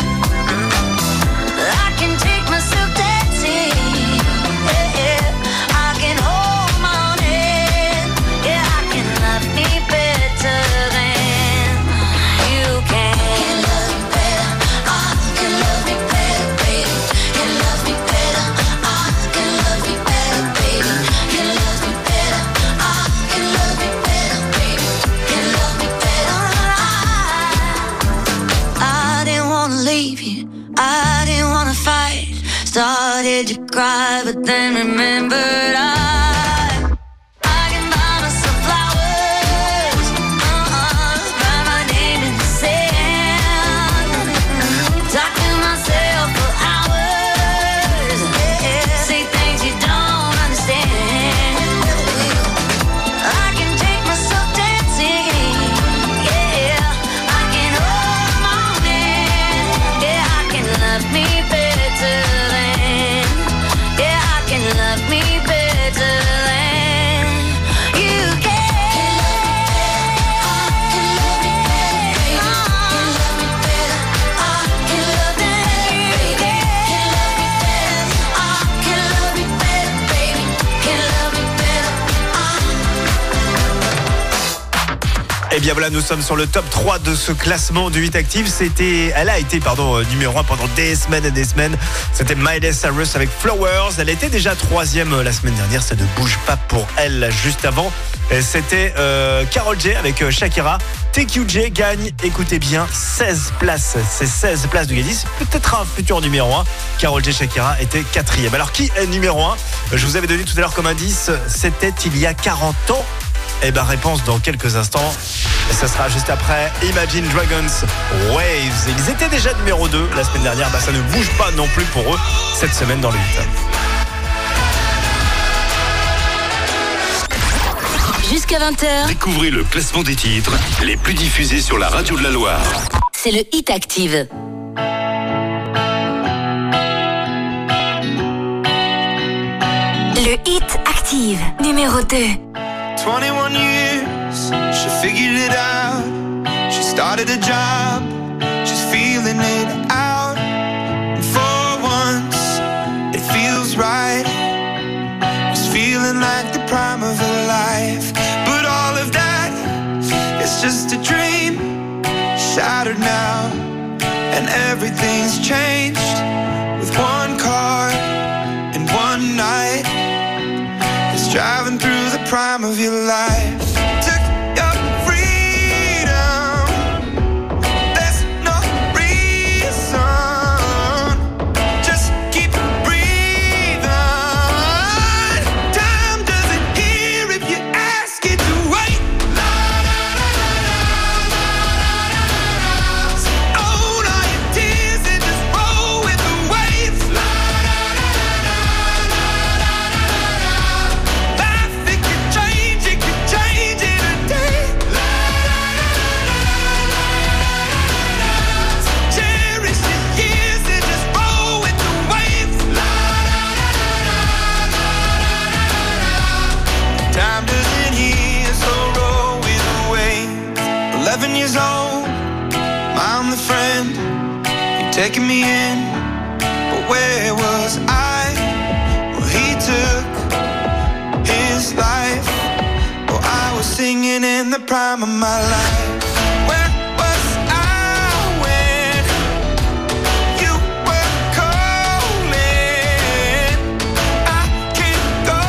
I can take myself dancing, yeah, I can hold my own hand, yeah, I can love me better than you can. Can love me better, I can love me better, baby. Can love me better, I can love me better, baby. Can love me better, I can love me better, baby. Can love me better, I didn't wanna leave you, I didn't wanna fight. Started to cry, but then remembered I can buy myself flowers, write my name in the sand, talk to myself for hours, yeah, say things you don't understand. I can take myself dancing, yeah, I can hold my own hand, yeah, I can love me better than, yeah, I can love me better than you can. Can love me better, can love me better, I can love me better, I can love me better, baby, can love me better. Et bien voilà, nous sommes sur le top 3 de ce classement du Hit Active. Elle a été numéro 1 pendant des semaines et des semaines. C'était Miley Cyrus avec Flowers. Elle était déjà 3e la semaine dernière. Ça ne bouge pas pour elle. Juste avant, c'était Karol J avec Shakira. TQJ gagne, écoutez bien, 16 places. C'est 16 places de gagner. C'est peut-être un futur numéro 1. Karol J Shakira était 4e. Alors qui est numéro 1? Je vous avais donné tout à l'heure comme indice, c'était il y a 40 ans. Eh ben réponse dans quelques instants. Et ça sera juste après Imagine Dragons Waves. Ils étaient déjà numéro 2 la semaine dernière. Ça ne bouge pas non plus pour eux cette semaine dans le hit. Jusqu'à 20h, Découvrez le classement des titres les plus diffusés sur la radio de la Loire. c'est le Hit Active. Le Hit Active, numéro 2. 21 years, she figured it out. She started a job, she's feeling it out. And for once, it feels right. It's feeling like the prime of her life. But all of that, it's just a dream, shattered now. And everything's changed with one car and one night. It's driving through the prime of your life. Took your freedom. There's no reason. Just keep breathing. Time doesn't hear if you ask it to wait. Own all your tears and just roll with the waves. Life, it could change in a day. Cherish the years and just roll with the waves. Time doesn't heal, so roll with the waves. 11 years old, I'm the friend. You're taking me in, but where was I? Well, he took his life. Well, I was singing in the prime of my life. Where was I when you were calling? I can't go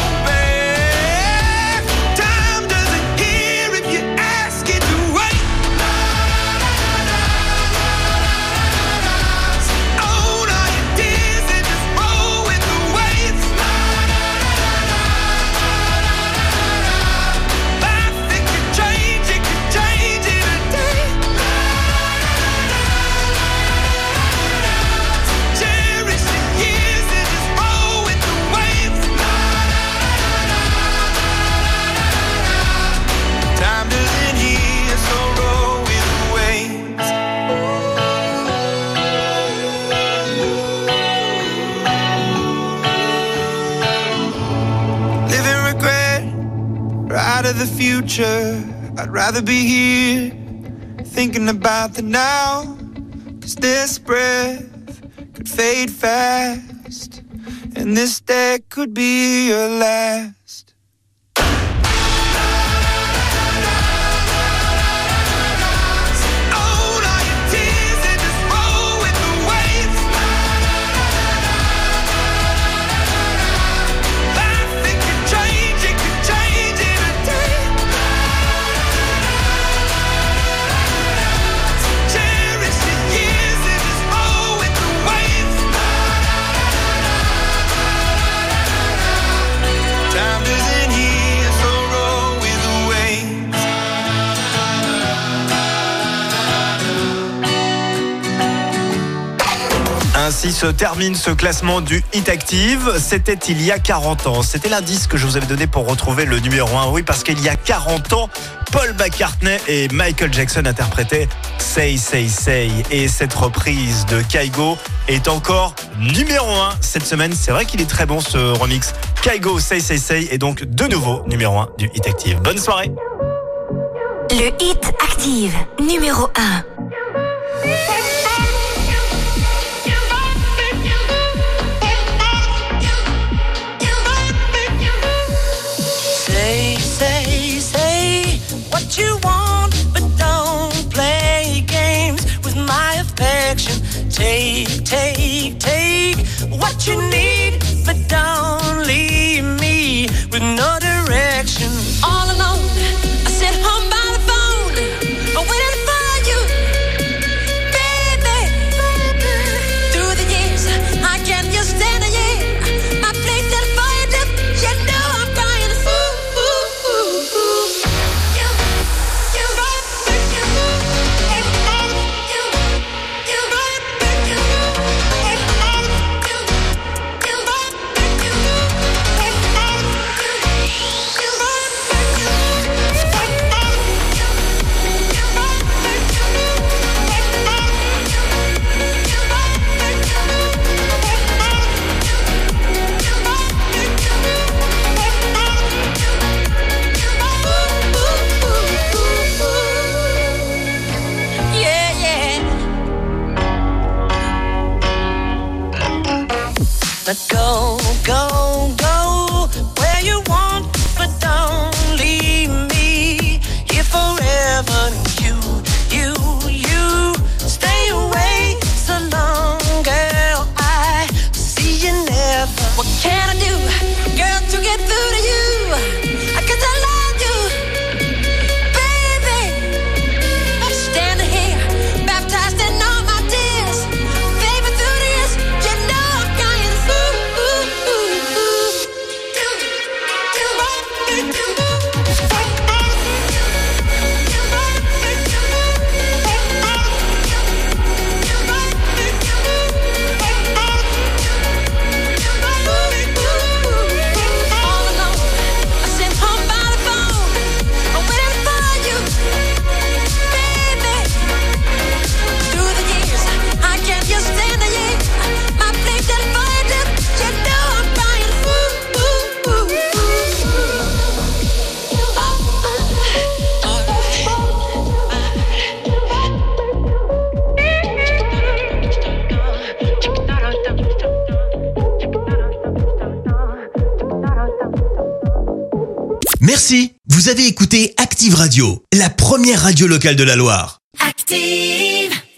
back. Time doesn't hear if you ask it to wait. Own all your tears and just roll with the waves. Life, it could change future. I'd rather be here, thinking about the now. 'Cause this breath could fade fast, and this day could be your last. Ainsi se termine ce classement du Hit Active. C'était il y a 40 ans. C'était l'indice que je vous avais donné pour retrouver le numéro 1. Oui, parce qu'il y a 40 ans, Paul McCartney et Michael Jackson interprétaient Say, Say, Say. Et cette reprise de Kygo est encore numéro 1 cette semaine. C'est vrai qu'il est très bon ce remix. Kygo, Say, Say, Say est donc de nouveau numéro 1 du Hit Active. Bonne soirée. Le Hit Active, numéro 1. Say what you want, but don't play games with my affection. Take what you need, but don't leave me with no direction. All alone, I sit home by the phone, waiting for you, baby. Through the years, I can't just stand a year. I played that for you, you know I'm crying. But go where you want, but don't leave me here forever. You stay away so long, girl. I see you never. What can I do, girl, to get through to you? 'Cause I love you, baby. I'm standing here, baptized in all my tears. Baby, through the years, you know I'm crying. All alone, I sit home by the phone, waiting for you, baby. Through the years, I can't just stand a year. My place that fire, you know I'm crying. Merci, vous avez écouté Active Radio, la première radio locale de la Loire. Active.